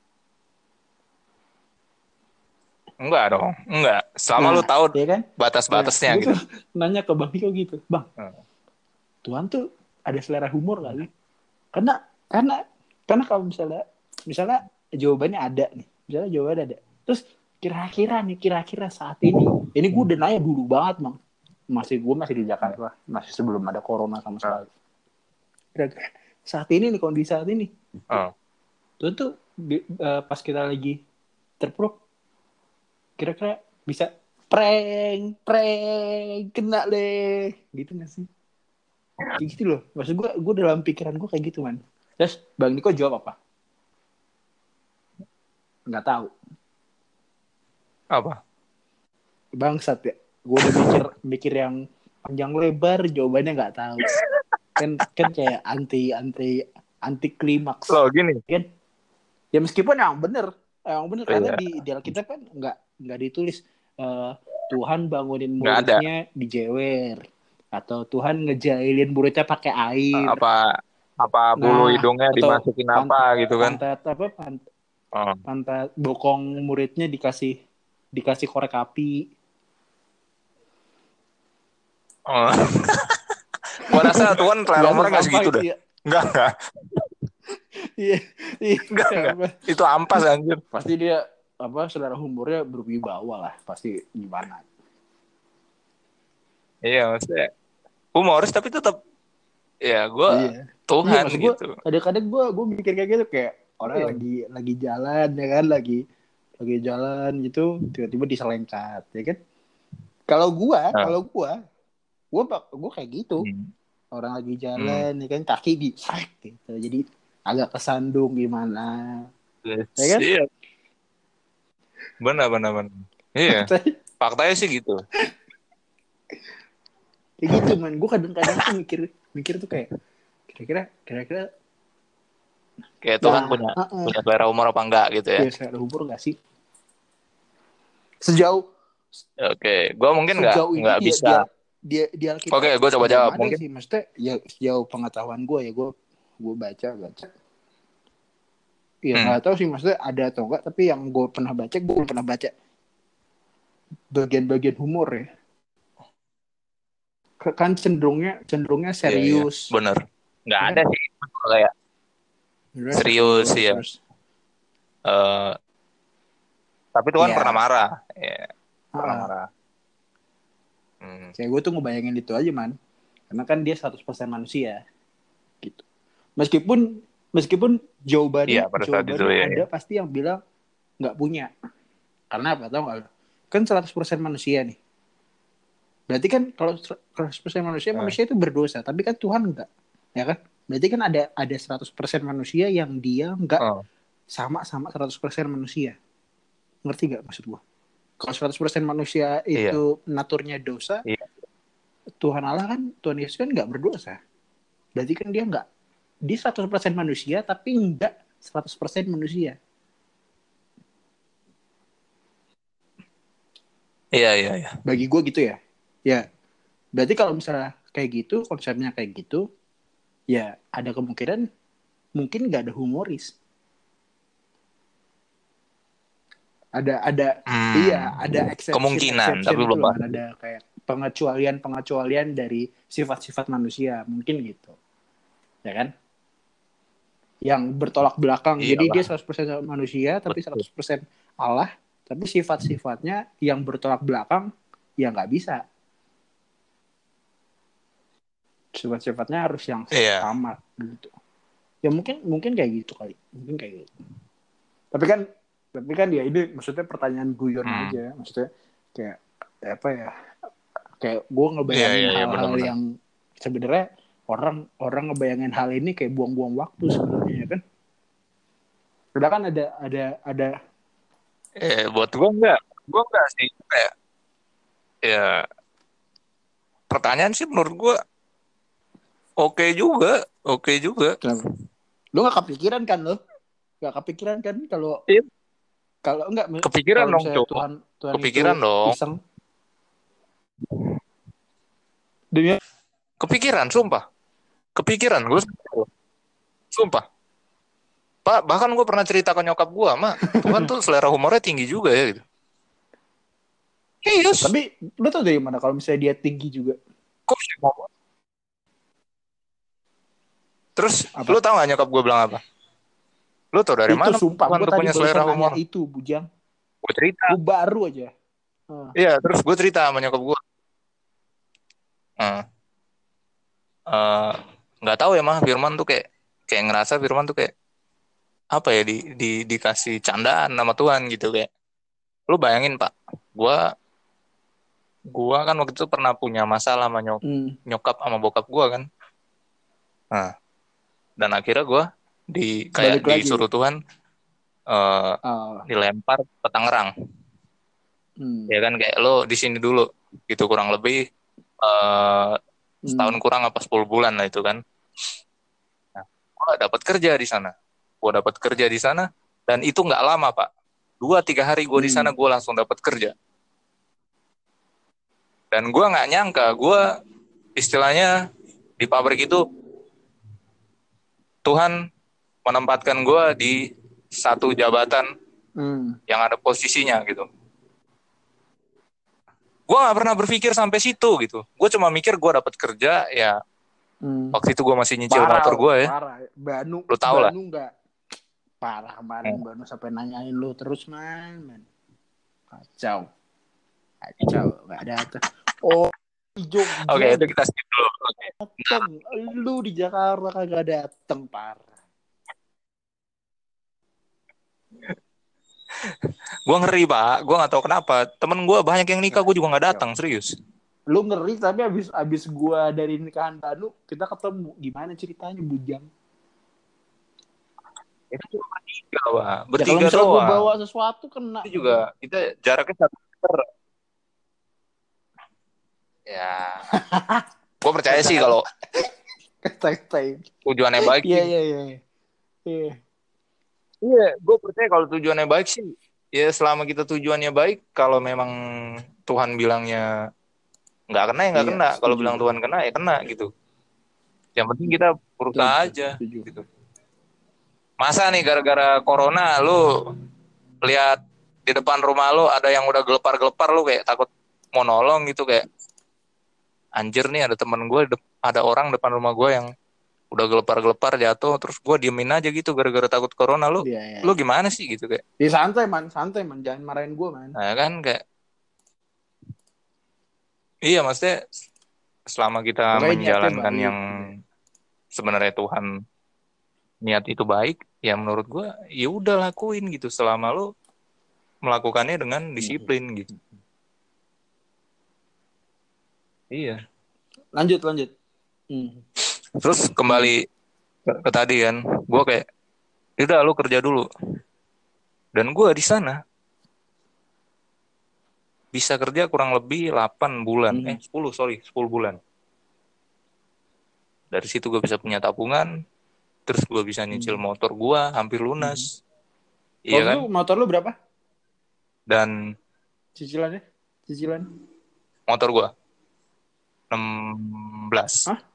Enggak dong, enggak. Selama lu tahu ya kan? Batas-batasnya gitu. Tuh nanya ke Bang Niko gitu, Bang, Tuhan tuh ada selera humor nggak sih? Karena kalau misalnya jawabannya ada nih, misalnya jawabannya ada, terus kira-kira saat ini gue udah nanya dulu banget, Bang. Gue masih di Jakarta, masih sebelum ada corona sama sekali. Kira-kira saat ini nih, kondisi saat ini, tuh pas kita lagi terpuruk, kira-kira bisa prank kena deh gitu nggak sih? Kayak gitu loh, maksud gue dalam pikiran gue kayak gitu, man. Terus Bang Niko jawab apa? Nggak tahu. Apa? Bangsat ya. Gue udah mikir yang panjang lebar, jawabannya nggak tahu. Kan kayak anti klimaks. Loh gini. Kan? Ya meskipun yang bener karena Iya. di Alkitab kan nggak ditulis Tuhan bangunin Nggak ada. muridnya dijewer atau Tuhan ngejailin muridnya pakai air. Apa bulu hidungnya atau dimasukin apa gitu kan? Pantat bokong muridnya dikasih korek api. Oh. Gua rasa Tuhan selera umurnya nggak segitu dah. Ya. Enggak. Iya. Enggak. Itu ampas anjir. Pasti dia selera humornya berwibawa lah, pasti gimana. Iya, maksudnya humoris tapi tetap ya gue Tuhan gitu. Kadang-kadang gue mikir kayak gitu, kayak orang lagi jalan ya kan, lagi jalan gitu tiba-tiba diselengkat ya kan. Kalau gue kayak gitu. Orang lagi jalan ya kan, kaki disrek gitu. Jadi agak kesandung gimana. Ya kan? Iya. Benar. Iya. Faktanya sih gitu. Kayak gitu man. Gue kadang-kadang tuh mikir tuh kayak kira-kira kayak Tuhan punya selera humor apa enggak gitu ya. Iya, selera humor enggak sih? Sejauh gue mungkin enggak bisa. Dia Alkitab. Oke, gue coba jawab mungkin. Sih, maksudnya ya sejauh pengetahuan gue ya, gue baca. Iya, nggak tahu sih maksudnya ada atau enggak, tapi yang gue pernah baca bagian-bagian humor ya. Kan cenderungnya serius. Iya. Bener. Nggak ada sih kayak serius ya. Tapi Tuhan pernah marah. Ya, pernah marah. Kayak gue tuh ngebayangin itu aja man. Karena kan dia 100% manusia. Gitu. Meskipun jawabannya ada pasti yang bilang nggak punya. Karena apa? Tahu nggak? Kan 100% manusia nih. Berarti kan kalau 100% manusia itu berdosa, tapi kan Tuhan enggak. Ya kan? Berarti kan ada 100% manusia yang dia enggak sama 100% manusia. Ngerti enggak maksud gua? Kalau 100% manusia itu naturnya dosa, Tuhan Yesus kan enggak berdosa. Berarti kan dia 100% manusia tapi enggak 100% manusia. Iya. Bagi gua gitu ya. Ya, berarti kalau misalnya kayak gitu, konsepnya kayak gitu, ya ada kemungkinan mungkin nggak ada humoris. Ada kemungkinan, tapi belum pasti. Ada kayak pengecualian dari sifat-sifat manusia, mungkin gitu, ya kan? Yang bertolak belakang. Iyalah. Jadi dia 100% manusia, tapi 100% Allah, tapi sifat-sifatnya yang bertolak belakang, ya nggak bisa. Sifat-sifatnya harus yang sama gitu. Ya mungkin kayak gitu kali. Mungkin kayak gitu. Tapi kan ya ini maksudnya pertanyaan guyon aja. Maksudnya kayak apa ya? Kayak gue ngebayangin hal-hal yang sebenarnya orang ngebayangin hal ini kayak buang-buang waktu sebenarnya ya kan. Udah kan ada buat gue enggak sih kayak ya pertanyaan sih menurut gue oke juga. Lo gak kepikiran kan kalau enggak kepikiran dong Tuhan kepikiran dong iseng. Demi kepikiran gue sumpah Pak, bahkan gue pernah cerita ke nyokap gue Tuhan tuh selera humornya tinggi juga ya gitu. Yes. Tapi lo tau dari mana kalau misalnya dia tinggi juga? Kok sih ngomong? Terus lo tau gak nyokap gue bilang apa? Lo tau dari mana sumpah, Tuhan tuh punya selera humor? Itu Bujang. Gue cerita. Gue baru aja. Iya, terus gue cerita sama nyokap gue. Nggak tahu ya Firman tuh kayak ngerasa Firman tuh kayak apa ya dikasih candaan sama Tuhan gitu kayak. Lo bayangin Pak, gue kan waktu itu pernah punya masalah sama nyokap sama bokap gue kan. Dan akhirnya gue disuruh Tuhan eh, Oh. dilempar ke Tangerang. Ya kan kayak lo di sini dulu gitu kurang lebih eh, setahun kurang apa 10 bulan lah itu kan. Nah, gue dapat kerja di sana. Gue dapat kerja di sana dan itu nggak lama Pak. 2-3 hari gue di sana gue langsung dapat kerja. Dan gue nggak nyangka gue istilahnya di pabrik itu Tuhan menempatkan gue di satu jabatan yang ada posisinya gitu. Gue nggak pernah berpikir sampai situ gitu. Gue cuma mikir gue dapat kerja ya. Waktu itu gue masih nyicil Parah motor gue ya. Parah. Lu tau lah. Nggak parah kemarin Banu sampai nanyain lu terus man. Kacau nggak ada tuh. Oh Jogja. Oke, itu kita skip dulu. Dateng. Lu di Jakarta kagak dateng, parah. Gue ngeri Pak, gue nggak tahu kenapa. Temen gue banyak yang nikah, gue juga nggak datang, serius. Lu ngeri tapi abis gua dari nikahan Banu kita ketemu. Gimana ceritanya Bujang? Itu cuma bertiga Pak, Ya kalau bertiga misalnya gua doang. bawa sesuatu kena. Itu juga kita jaraknya 1 meter. Ya, gue percaya sih kalau tujuannya baik sih. Iya. Iya, gue percaya kalau tujuannya baik sih. Ya selama kita tujuannya baik, kalau memang Tuhan bilangnya nggak kena ya nggak kena. Kalau bilang Tuhan kena ya kena gitu. Yang penting kita berusaha aja gitu. Masa nih gara-gara corona lu lihat di depan rumah lu ada yang udah gelepar-gelepar lu kayak takut mau nolong gitu kayak anjir nih ada teman gue ada orang depan rumah gue yang udah gelepar-gelepar jatuh terus gue diemin aja gitu gara-gara takut corona lu lu gimana sih gitu kayak santai man jangan marahin gue man. Nah kan kayak iya maksudnya selama kita menjalankan yang sebenarnya Tuhan niat itu baik ya menurut gue ya udah lakuin gitu selama lu melakukannya dengan disiplin gitu. Iya. Lanjut. Terus kembali ke tadi kan, gue kayak, udah lu kerja dulu. Dan gue di sana bisa kerja kurang lebih 8 bulan, 10 bulan. Dari situ gue bisa punya tabungan, terus gue bisa nyicil motor gue hampir lunas. Iya kan? Motor lu berapa? Dan cicilan motor gue 16. Hah?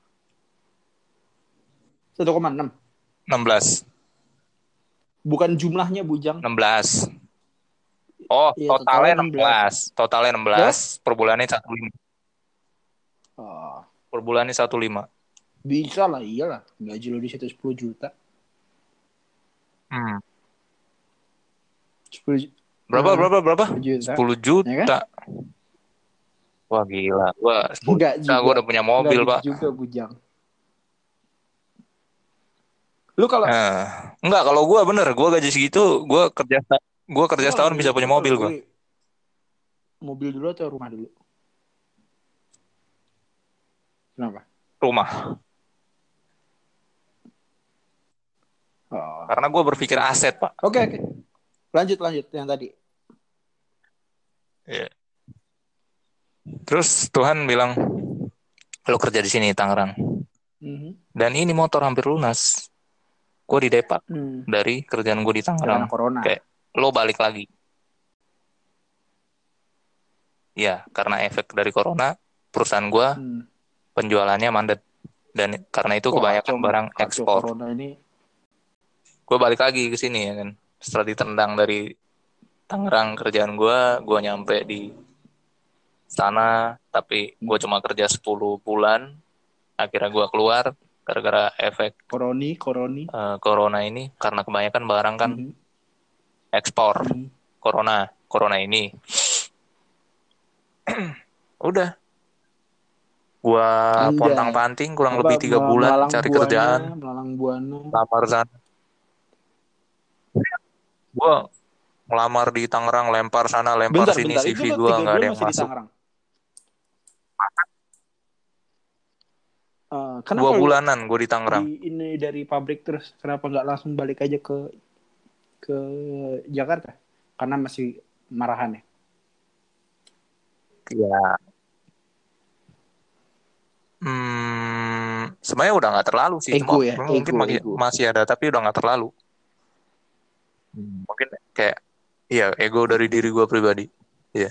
1,6. 16. Bukan jumlahnya Bujang. 16. Oh, iya, totalnya 16. Totalnya 16, per bulannya 1,5. Oh. Per bulannya 1,5. Bisa lah, iyalah. Gaji lo di situ 10 juta. 10 Berapa? 10 juta. Ya kan? Wah gila, gue udah punya mobil Pak. Juga Bujang. Lu kalau enggak, kalau gue bener, gue gaji segitu, gue kerja setahun bisa punya mobil gue. Mobil dulu atau rumah dulu? Kenapa? Rumah. Oh. Karena gue berpikir aset Pak. Oke. Lanjut yang tadi. Yeah. Terus Tuhan bilang, lo kerja di sini Tangerang. Dan ini motor hampir lunas. Gue didepak dari kerjaan gue di Tangerang. Kayak lo balik lagi. Ya, karena efek dari corona, perusahaan gue penjualannya mandet. Dan karena itu kebanyakan barang ekspor. Gue balik lagi ke sini ya kan. Setelah ditendang dari Tangerang kerjaan gue nyampe di sana, tapi gue cuma kerja 10 bulan. Akhirnya gue keluar gara-gara efek corona ini, karena kebanyakan barang kan ekspor. Corona ini. Udah. Gue pontang-panting kurang lebih 3 bulan cari kerjaan. Lamar sana. Gue ngelamar di Tangerang, lempar sana, lempar sini, CV gue nggak ada yang masuk. 2 bulanan gue di Tangerang. Ini dari pabrik terus kenapa nggak langsung balik aja ke ke Jakarta karena masih marahan ya. Ya, sebenarnya udah nggak terlalu sih. Cuma Ego ya, mungkin ego. masih ada, tapi udah nggak terlalu. Mungkin kayak, iya, ego dari diri gue pribadi. Iya,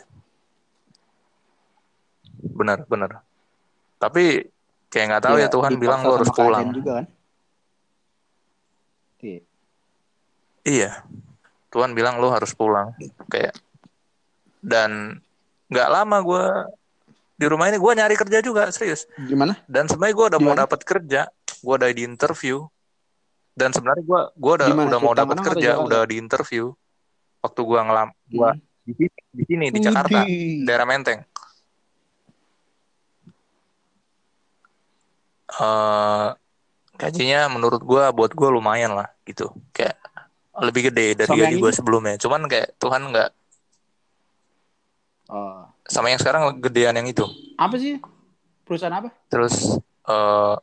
benar. Tapi kayak nggak tahu Ya ya, Tuhan bilang dipaksa lo harus sama pulang. keadaan juga kan. Iya. Iya, Tuhan bilang lo harus pulang. Kayak, dan nggak lama gue di rumah ini gue nyari kerja juga, serius. Gimana? Dan sebenarnya gue udah Di mau mana? dapat kerja, gue udah di interview. Dan sebenarnya gue Di mana udah tuh? mau dapat Tangerang atau kerja, Jakarta? udah di interview. Waktu gue gue Hmm. di sini di Jakarta, Widih. daerah Menteng. eh Gajinya menurut gue, buat gue lumayan lah gitu, kayak lebih gede dari Sama gaji yang gue ini? sebelumnya. Cuman kayak Tuhan nggak, Oh. sama yang sekarang gedean yang itu. Apa sih? Perusahaan apa? Terus eh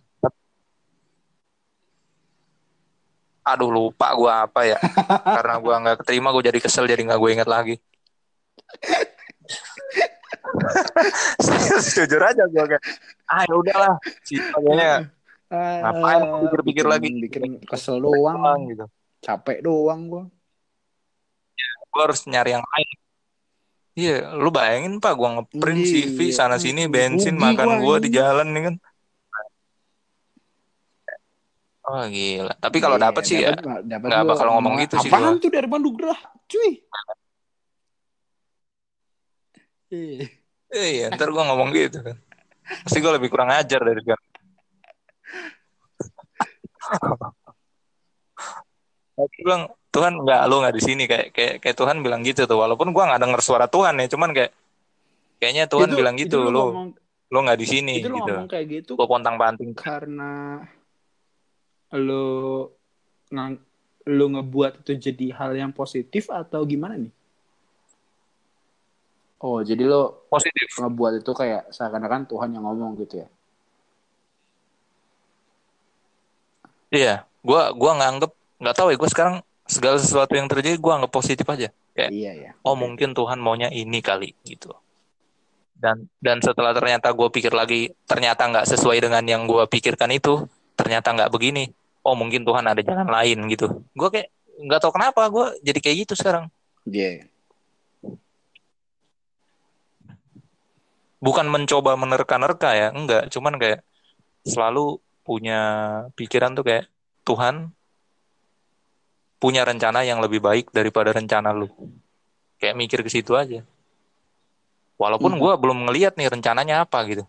aduh, lupa gue apa ya, karena gue nggak keterima, gue jadi kesel, jadi nggak gue ingat lagi. Jujur aja gue kayak, ya udahlah, sih kayaknya ngapain gue pikir-pikir Bikin lagi, bikin kesel doang, doang gitu. capek doang gua. Gue harus nyari yang lain. Iya, lu bayangin Pak, gue ngeprint CV Iya, sana sini, bensin, rugi makan gua gue di anjing. jalan nih kan. Oh gila. Tapi kalau Iya, dapet sih ya dapat nggak gua bakal ngomong ngomong gitu sih gue. apaan tuh dari Bandung Gerah, cuy. Iya. Iya, ntar gue ngomong gitu kan. Pasti gue lebih kurang ajar dari dia. Tapi bilang, Tuhan nggak, lu nggak di sini, kayak kayak kayak Tuhan bilang gitu tuh. Walaupun gue nggak denger suara Tuhan ya, cuman kayak kayaknya Tuhan Itu bilang itu gitu, lu lu ngomong lu nggak di sini itu lu gitu. ngomong kayak gitu Gue pontang panting. karena lu ngang, lu ngebuat itu jadi hal yang positif atau gimana nih? Oh, jadi lo Positif. ngebuat itu kayak seakan-akan Tuhan yang ngomong gitu ya? Iya, gue nggak tahu ya. Gue sekarang segala sesuatu yang terjadi gue anggap positif aja. Kayak, Iya ya, oh oke oke. mungkin Tuhan maunya ini kali gitu. Dan setelah ternyata gue pikir lagi, ternyata nggak sesuai dengan yang gue pikirkan itu, ternyata nggak begini. Oh mungkin Tuhan ada jalan lain gitu. Gue kayak nggak tahu kenapa gue jadi kayak gitu sekarang. Iya. Bukan mencoba menerka-nerka ya, enggak. Cuman kayak selalu punya pikiran tuh kayak, Tuhan punya rencana yang lebih baik daripada rencana lu. Kayak mikir ke situ aja. Walaupun Mhm. gue belum ngeliat nih rencananya apa gitu.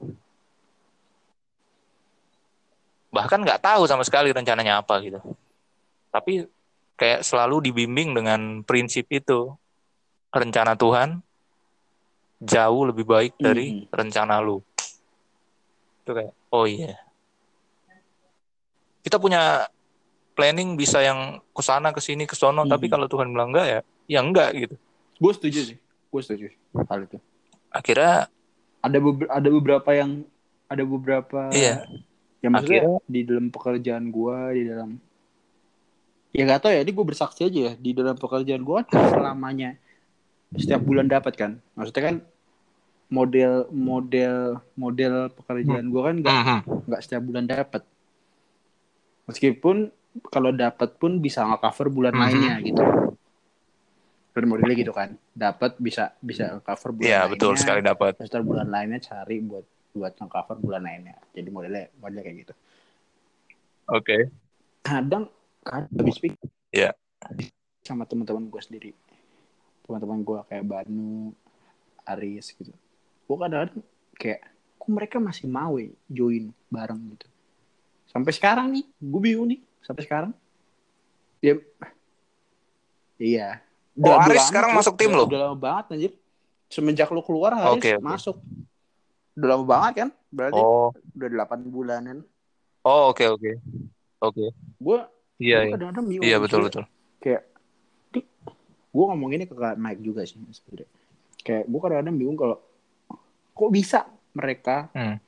Bahkan nggak tahu sama sekali rencananya apa gitu. Tapi kayak selalu dibimbing dengan prinsip itu. Rencana Tuhan jauh lebih baik dari Mhm. rencana lu. Itu kayak, oh iya. Kita punya planning bisa yang ke sana, ke sini, ke sono. Tapi Mhm. kalau Tuhan bilang enggak ya, ya enggak gitu. Gue setuju sih. Gue setuju hal itu. Akhirnya, Ada beberapa yang ada beberapa iya. ya maksudnya Akhirnya, di dalam pekerjaan gue di dalam ya gak tau ya ini gue bersaksi aja ya di dalam pekerjaan gue kan gak selamanya setiap bulan dapat kan maksudnya kan model pekerjaan gue kan nggak setiap bulan dapat meskipun kalau dapat pun bisa nggak cover bulan lainnya gitu dan modelnya gitu kan dapat bisa cover bulan iya betul sekali lainnya dapat. setelah bulan lainnya cari buat cover bulan lainnya jadi modelnya kayak gitu Oke. kadang kadang habis pikir Iya. sama teman-teman gue sendiri teman-teman gue kayak Banu Aris gitu gue kadang-kadang kayak kok mereka masih mau ya join bareng gitu sampai sekarang nih gue bingung nih sampai sekarang ya iya Oh, udah Aris lama sekarang cuy masuk tim lo? udah lama banget anjir semenjak lu keluar Oke, Haris oke. masuk udah lama banget kan berarti Oh, udah 8 bulanan oh, oke, oke. Oke. gue Iya, gue iya. kadang-kadang Iya, bingung betul, maksudnya betul. kayak gue ngomong ini ke Kak Mike juga sih sebenarnya kayak gue kadang-kadang bingung kalau kok bisa mereka Hmm.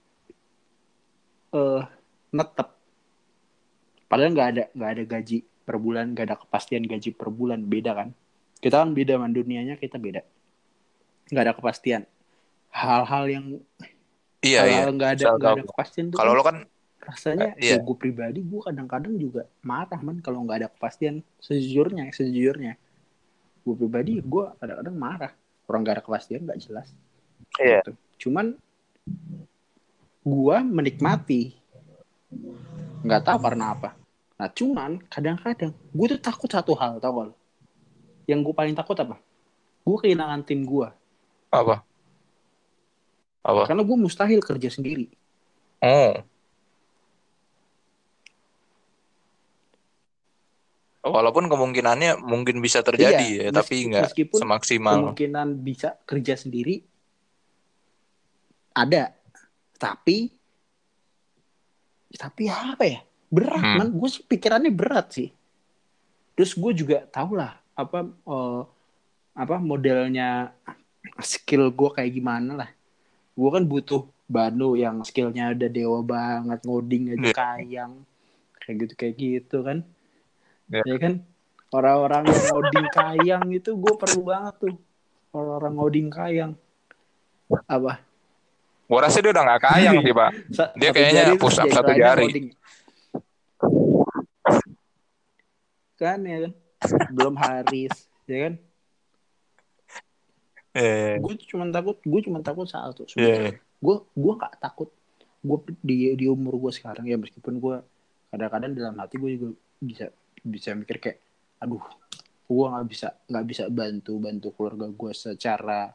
netep padahal nggak ada gaji per bulan, gak ada kepastian gaji per bulan, beda kan? Kita kan beda man, dunianya kita beda. Gak ada kepastian. Hal-hal yang Iya. nggak ada kepastian tuh Kalau kan lo kan rasanya iya. gue pribadi gue kadang-kadang juga marah man kalau nggak ada kepastian. Sejujurnya gue pribadi gue kadang-kadang marah orang nggak ada kepastian, nggak jelas Iya. gitu. Cuman gue menikmati, nggak tahu karena apa. Nah cuman kadang-kadang gue tuh takut satu hal, tau gak lo? Yang gue paling takut apa? Gue kehilangan tim gue. Apa? Karena gue mustahil kerja sendiri. Oh. Walaupun kemungkinannya mungkin bisa terjadi ya, tapi nggak meskipun semaksimal. kemungkinan bisa kerja sendiri ada, tapi apa ya, berat man, gue sih pikirannya berat sih. Terus gue juga tau lah apa modelnya skill gue kayak gimana lah. Gue kan butuh Banu yang skillnya udah dewa banget, ngoding aja kayang kayak gitu kan. Ya kan, orang-orang yang ngoding kayang itu gue perlu banget tuh, orang-orang ngoding kayang. Apa? Gue rasa dia udah nggak kayang sih Pak. Dia kayaknya push up satu jari. Ngoding. Kan ya kan, belum Haris, ya kan. Gue cuma takut satu sebenarnya. Gue nggak takut. Gue di umur gue sekarang ya, meskipun gue kadang-kadang dalam hati gue juga bisa mikir kayak, aduh, gue nggak bisa bantu keluarga gue secara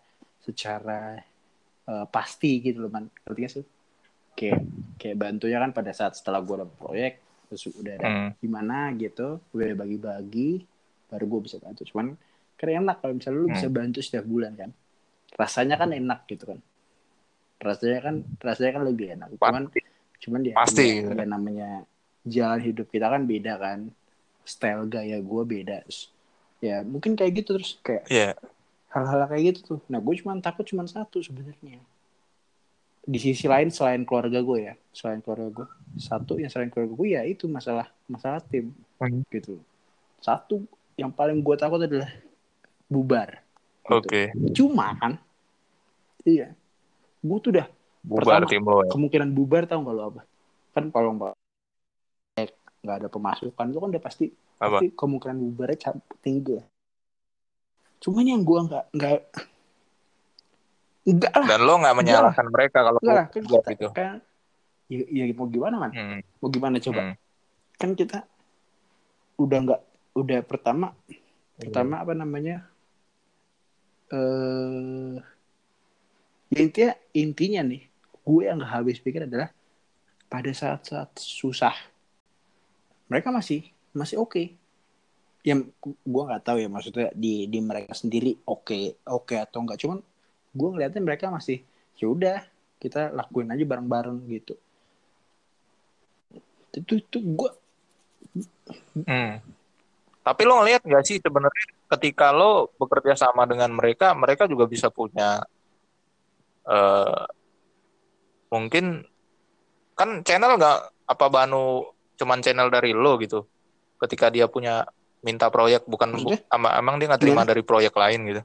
pasti gitu loh man. Ngerti gak sih? Kayak bantunya kan pada saat setelah gue dapet proyek, terus udah ada gimana gitu, udah bagi-bagi, baru gue bisa bantu. Cuman karena enak kalau misalnya lu bisa bantu setiap bulan kan, rasanya kan enak gitu kan, rasanya kan lebih enak. Cuman dia pasti ya namanya jalan hidup kita kan beda kan, style gaya gue beda. Terus, ya mungkin kayak gitu, terus kayak hal-hal kayak gitu tuh. Nah gue takut satu sebenarnya. Di sisi lain selain keluarga gue, satu yang selain keluarga gue ya itu masalah tim gitu. Satu yang paling gue takut adalah bubar gitu. Cuma kan iya, gue tuh udah bubar pertama tim lo ya. kemungkinan bubar tau gak lo apa? Kan kalau nggak ada pemasukan itu kan udah pasti kemungkinan bubarnya tinggi. Cuman yang gue nggak lah. Dan lo nggak menyalahkan mereka kalau kan kita gitu. Kan, ya mau gimana man? Mau gimana coba? Kan kita udah pertama apa namanya? Intinya nih, gue yang nggak habis pikir adalah pada saat susah mereka masih oke. Yang gue nggak tahu ya, maksudnya di mereka sendiri oke atau enggak, cuman gue ngeliatnya mereka masih ya udah kita lakuin aja bareng-bareng gitu. Itu gue. Tapi lo ngeliat nggak sih sebenarnya ketika lo bekerja sama dengan mereka juga bisa punya mungkin kan channel nggak apa Banu cuman channel dari lo gitu. Ketika dia punya minta proyek emang dia nggak terima dari proyek lain gitu.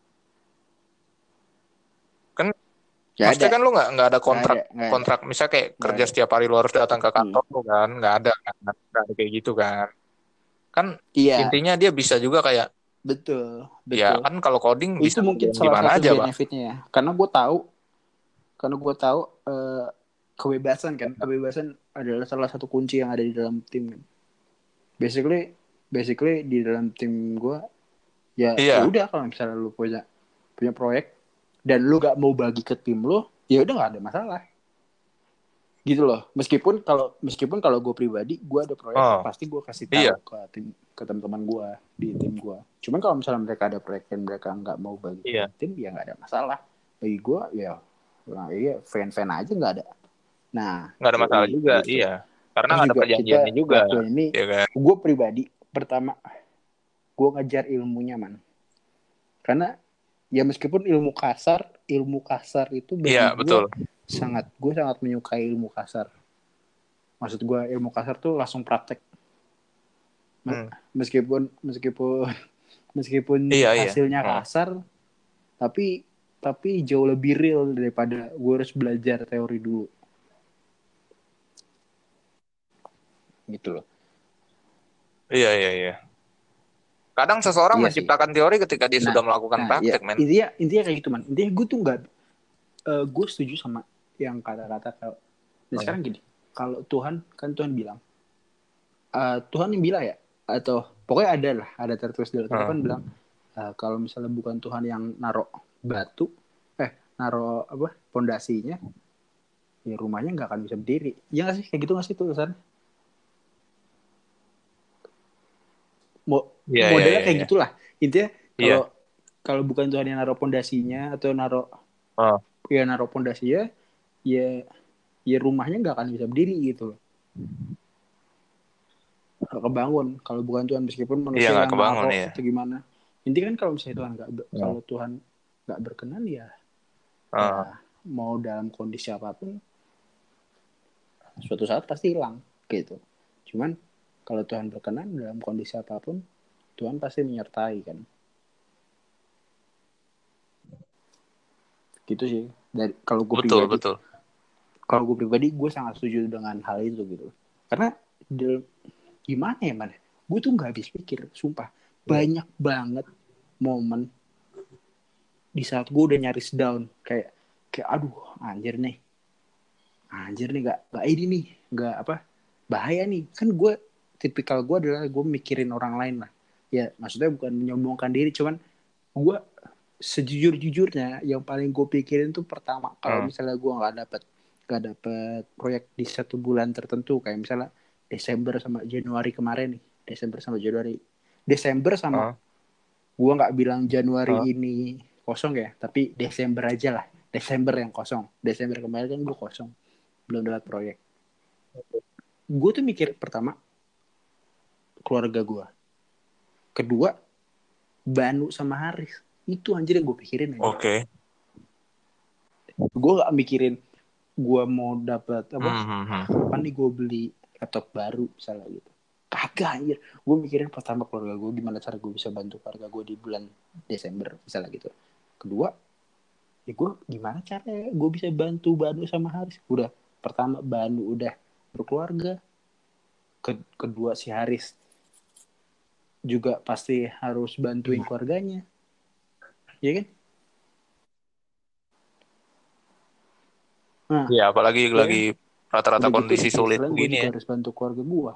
Kan maksudnya kan lo nggak ada kontrak misalnya kayak kerja setiap hari lo harus datang ke kantor lo kan, nggak ada kayak gitu kan. Kan intinya dia bisa juga kayak betul. Ya kan kalau coding itu bisa mungkin salah satu aja, benefitnya ya. Karena gue tahu kebebasan adalah salah satu kunci yang ada di dalam tim. Basically di dalam tim gue ya udah, kalau misalnya lu punya proyek dan lu gak mau bagi ke tim lu, ya udah gak ada masalah gitu loh. Meskipun kalau gue pribadi, gue ada proyek pasti gue kasih tahu ke teman-teman gue di tim gue. Cuman kalau misalnya mereka ada proyek dan mereka nggak mau bagi ke tim, ya nggak ada masalah. Bagi gue ya fan aja, nggak ada. Nah, nggak ada masalah juga gitu. Karena nggak ada perjanjiannya juga ini ya kan? Gue pribadi pertama gue ngajar ilmunya man, karena ya meskipun ilmu kasar itu bagi gue sangat menyukai ilmu kasar. Maksud gue ilmu kasar tuh langsung praktek. Hmm. Meskipun Iya, iya. hasilnya kasar, tapi jauh lebih real daripada gue harus belajar teori dulu gitu loh. Iya, iya, iya. Kadang seseorang Iya sih. menciptakan teori ketika dia Nah, sudah melakukan ya praktek, men. intinya kayak gitu man. Intinya gue tuh nggak, gue setuju sama yang kata-kata kalau. Nah Hmm. sekarang gini, kalau Tuhan kan Tuhan bilang, Tuhan yang bilang ya, atau pokoknya ada tertulis di Alkitab kan bilang, kalau misalnya bukan Tuhan yang naruh batu, naruh apa pondasinya, ya rumahnya nggak akan bisa berdiri. Iya nggak sih, kayak gitu nggak sih tulisan? Iya, iya, Modelnya iya, kayak iya. gitulah. Intinya kalau Iya. kalau bukan Tuhan yang naruh pondasinya atau Oh, naruh pondasinya, ya ya rumahnya nggak akan bisa berdiri gitu. Nggak kebangun kalau bukan Tuhan, meskipun iya manusia nggak yang kebangun naruh ya. atau gimana. Intinya kan kalau misalnya Tuhan Oh. kalau Tuhan nggak berkenan, ya Oh. mau dalam kondisi apapun suatu saat pasti hilang gitu. Cuman kalau Tuhan berkenan dalam kondisi apapun, Tuhan pasti menyertai kan. Gitu sih. Dari Betul, betul. kalau gue pribadi gue sangat setuju dengan hal itu gitu. Karena gimana ya man? Gue tuh nggak habis pikir, sumpah. Iya. Banyak banget momen di saat gue udah nyaris down, kayak aduh anjir nih gak ini nih, gak apa, bahaya nih. Kan gue tipikal gue adalah gue mikirin orang lain lah. Ya maksudnya bukan menyombongkan diri, cuman gue sejujur-jujurnya yang paling gue pikirin tuh pertama, kalau Hmm. misalnya gue nggak dapet proyek di satu bulan tertentu, kayak misalnya Desember sama Januari kemarin nih, Desember sama, Oh. gue nggak bilang Oh. Januari ini kosong ya, tapi Desember aja lah, Desember yang kosong. Desember kemarin kan gue kosong, belum dapat proyek. Gue tuh mikir pertama keluarga gue, kedua Banu sama Haris. Itu anjir yang gue pikirin aja. Oke. Gue gak mikirin gue mau dapat apa, Hmm. kapan nih gue beli laptop baru misalnya gitu. Kagak anjir. Gue mikirin pertama keluarga gue, gimana cara gue bisa bantu keluarga gue di bulan Desember misalnya gitu. Kedua, ya gue gimana caranya gue bisa bantu Banu sama Haris. Udah, pertama Banu udah berkeluarga, kedua si Haris juga pasti harus bantuin keluarganya, ya kan? Nah, Iya, apalagi ya lagi kan? rata-rata Udah gitu, kondisi di sisi sulit lain gue begini juga ya. harus bantu keluarga gue,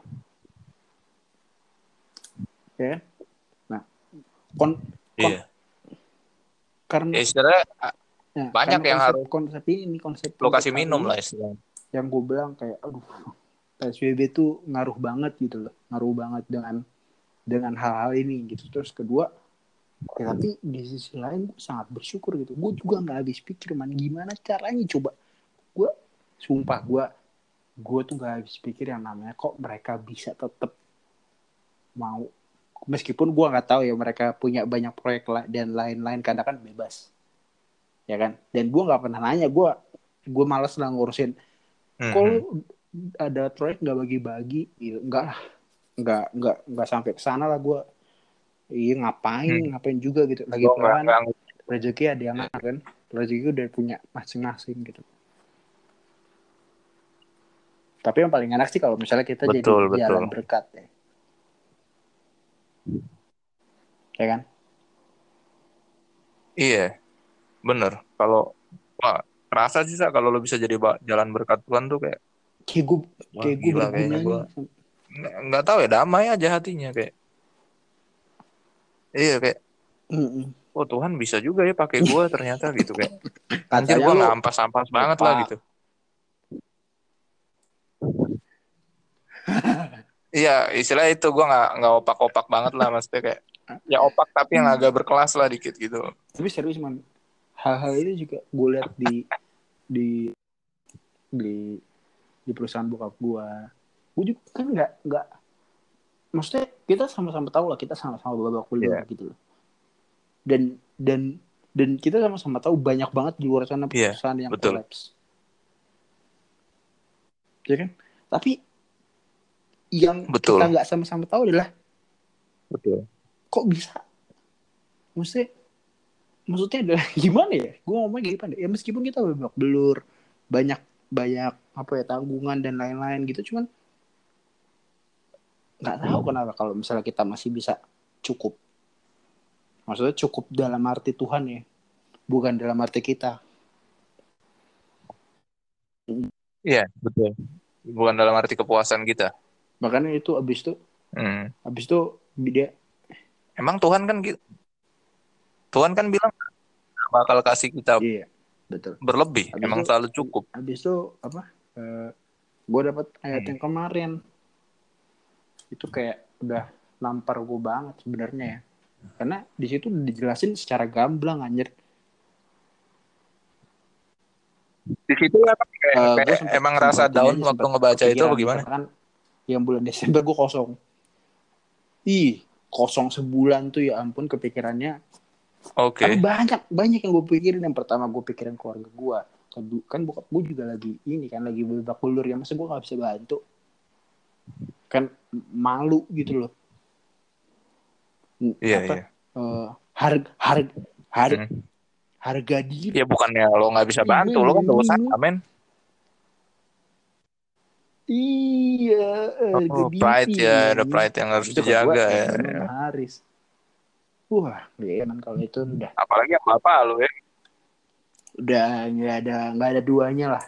ya kan? Nah, kon, kon, Iya. karena Ya, istilahnya banyak karena yang harus konsep lokasi hal minum ini lah istilahnya. yang gue bilang kayak aduh, PSBB tuh ngaruh banget gitu loh, ngaruh banget dengan hal-hal ini gitu. Terus kedua, ya tapi di sisi lain gue sangat bersyukur gitu, gue juga nggak habis pikir man, gimana caranya coba. Gue sumpah, gue tuh nggak habis pikir yang namanya kok mereka bisa tetap mau, meskipun gue nggak tahu ya mereka punya banyak proyek dan lain-lain, karena kan bebas ya kan. Dan gue nggak pernah nanya, gue malas lah ngurusin Mhm. kalau ada proyek nggak bagi-bagi gitu. Enggak lah, nggak sampai ke sana lah gue. Iya, Hmm. ngapain juga gitu, lagi Oh, pula kan nggak. rezeki ada yang ngatur kan, rezeki udah punya masing-masing gitu. Tapi yang paling enak sih kalau misalnya kita jadi Betul, jalan betul. berkat ya kan. Iya, bener. Kalau wah, kerasa sih Sa, kalau lo bisa jadi jalan berkat Tuhan tuh kayak kayak gue wah gila kayaknya berguna gue nih. nggak tahu ya, damai aja hatinya kayak iya kayak Mm-mm. oh Tuhan bisa juga ya pakai gue ternyata gitu kayak anjir Katanya gue lu ngampas-ampas banget lah opa. gitu. Iya, istilah itu gue nggak opak-opak banget lah, maksudnya kayak ya opak tapi yang agak berkelas lah dikit gitu. Tapi serius man, hal-hal itu juga gue lihat di di di perusahaan bokap gue juga kan nggak, maksudnya kita sama-sama tahu lah, kita sama-sama babak belur Iya, gitu loh. Dan kita sama-sama tahu banyak banget di luar sana iya, perusahaan yang betul. kolaps, ya kan. Tapi yang kita Betul. nggak sama-sama tahu adalah Betul. Kok bisa? Maksudnya adalah gimana ya? Gue ngomongnya gimana? Ya meskipun kita babak belur, banyak banyak apa ya tanggungan dan lain-lain gitu, cuman nggak tahu kenapa kalau misalnya kita masih bisa cukup. Maksudnya cukup dalam arti Tuhan ya, bukan dalam arti kita. Iya, betul. Bukan dalam arti kepuasan kita. Makanya itu abis itu dia Emang Tuhan kan bilang bakal kasih kita iya betul. berlebih. Abis Emang itu selalu cukup. abis itu apa? Gue dapat ayat Hmm. yang kemarin itu kayak udah nampar gue banget sebenarnya ya. Karena di situ dijelasin secara gamblang anjir. Di situ emang Gue emang rasa ini down aja waktu sempat ngebaca itu apa kepikiran gimana? karena kan yang bulan Desember gue kosong. Kosong sebulan tuh ya ampun kepikirannya. Tapi Oke. banyak yang gue pikirin. Yang pertama gue pikirin keluarga gue. Kan bokap gue juga lagi ini kan lagi babak belur ya, masa gue nggak bisa bantu kan, malu gitu loh. Iya, Apa iya. harga harga harga Hmm. harga diri. Ya bukannya lo nggak bisa bantu, lo kan dosa, men. Iya, harga Oh, pride diri ya, ada anjing. pride yang harus Itu ke gue dijaga ya. Eno sama Haris. Wah, ya kan kalau itu Apalagi yang bapak lo ya. udah nggak ada duanya lah.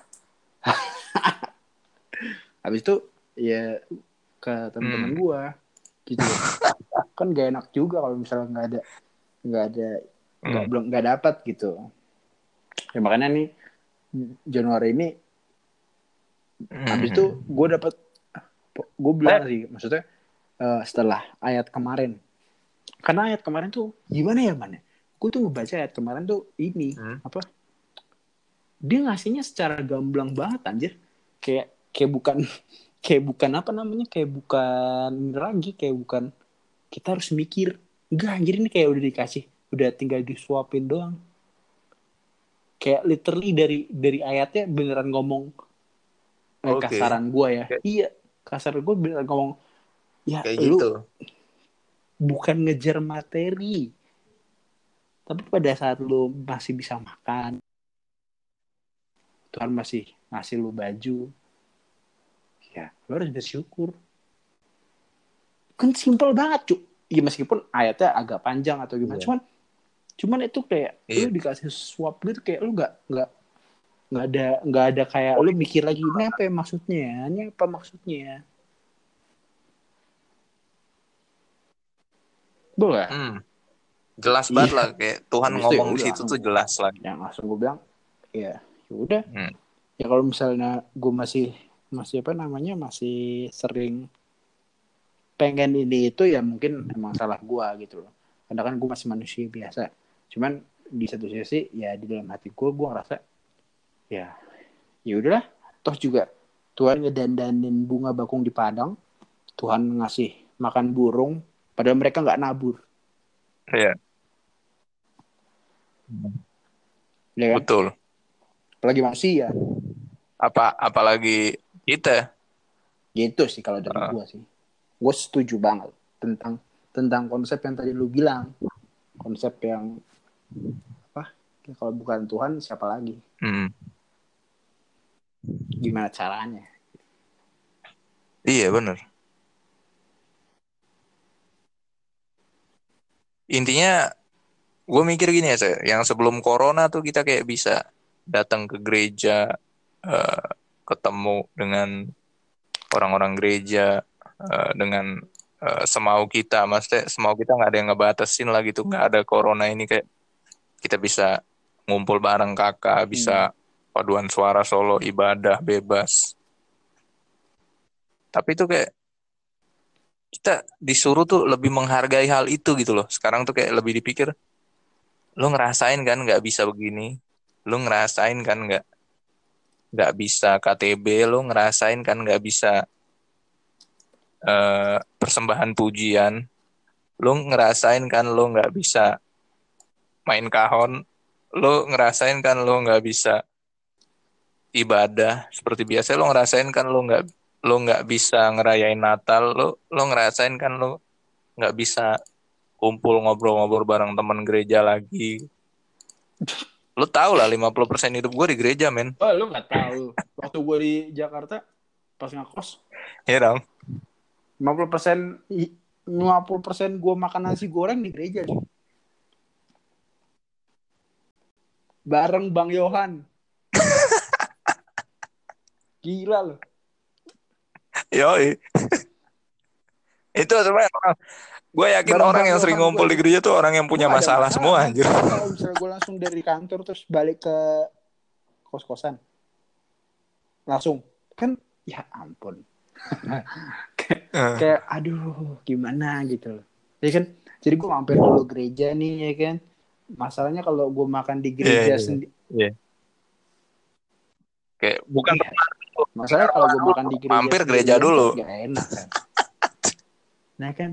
Habis itu ya ke teman-teman Hmm. gue gitu loh. Kan gak enak juga kalau misalnya nggak ada Hmm. nggak dapat gitu. Ya makanya nih Januari ini habis itu Hmm. gue bilang sih maksudnya setelah ayat kemarin, karena ayat kemarin tuh gimana ya mana gue tuh ngebaca ayat kemarin tuh ini Hmm. apa dia ngasihnya secara gamblang banget anjir, kayak bukan kayak bukan apa namanya, kayak bukan lagi kayak bukan kita harus mikir, enggak anjir ini kayak udah dikasih, udah tinggal disuapin doang, kayak literally dari ayatnya beneran ngomong Oke. kasaran gue ya, Kayak iya kasar gue beneran ngomong ya kayak lu gitu. bukan ngejar materi, tapi pada saat lu masih bisa makan, Tuhan masih ngasih lu baju, ya lu harus bersyukur. Kan simpel banget cuk, ya meskipun ayatnya agak panjang atau gimana, Iya. cuman itu kayak lu Iya. dikasih swap gitu, kayak lu nggak ada kayak lu mikir lagi ini apa ya maksudnya, ini apa maksudnya, boleh. Hmm. Jelas banget Iya, lah, kayak Tuhan habis itu ya ngomong di udah situ langsung tuh jelas lagi. yang langsung gue bilang ya udah, Hmm. ya kalau misalnya gue masih masih apa namanya masih sering pengen ini itu ya mungkin emang salah gue gitu loh, karena kan gue masih manusia biasa, cuman di satu sisi ya di dalam hati gue ngerasa ya ya udahlah, toh juga Tuhan ngedandanin bunga bakung di Padang, Tuhan ngasih makan burung padahal mereka nggak nabur, Iya. ya kan, Betul. apalagi manusia. Apalagi kita. Gitu sih kalau dari Eh, gue sih, gue setuju banget tentang tentang konsep yang tadi lu bilang, konsep yang apa ya, kalau bukan Tuhan siapa lagi, hmm. gimana caranya. Iya bener. Intinya gue mikir gini ya, saya. Yang sebelum corona tuh kita kayak bisa datang ke gereja, eh, ketemu dengan orang-orang gereja, dengan semau kita. Maksudnya semau kita nggak ada yang ngebatasin lah gitu. Nggak ada corona ini, kayak kita bisa ngumpul bareng kakak, Hmm. bisa paduan suara solo, ibadah bebas. Tapi itu kayak kita disuruh tuh lebih menghargai hal itu gitu loh. Sekarang tuh kayak lebih dipikir, lu ngerasain kan nggak bisa begini, lu ngerasain kan nggak bisa KTB, lu ngerasain kan nggak bisa persembahan pujian, lu ngerasain kan lu nggak bisa main kahon, lu ngerasain kan lu nggak bisa ibadah seperti biasa, lu ngerasain kan lu nggak bisa ngerayain Natal, lu ngerasain kan lu nggak bisa kumpul ngobrol-ngobrol bareng teman gereja lagi. Lu tau lah 50% hidup gue di gereja, men. Oh, lu nggak tahu. Waktu gue di Jakarta pas ngekos, Iya dong. 50% gue makan nasi goreng di gereja sih. Bareng Bang Yohan. Gila loh. Yoi. Itu sebenarnya gue yakin Bareng orang Bang yang sering Yohan gue ngumpul di tuh. gereja tuh orang yang Gue punya gak ada masalah masalah, semua, men. anjir. Tapi kalau misalnya gue langsung dari kantor terus balik ke kos-kosan. Langsung. Kan ya ampun. Kayak aduh gimana gitu loh. Ya kan. Jadi gue mampir dulu gereja nih ya kan. Masalahnya kalau gue makan di Iya, gereja iya. sendiri. Iya. Kayak bukan Iya. Masalahnya kalau gue makan di gereja mampir gereja sendirian kan dulu. gak enak kan. Nah kan.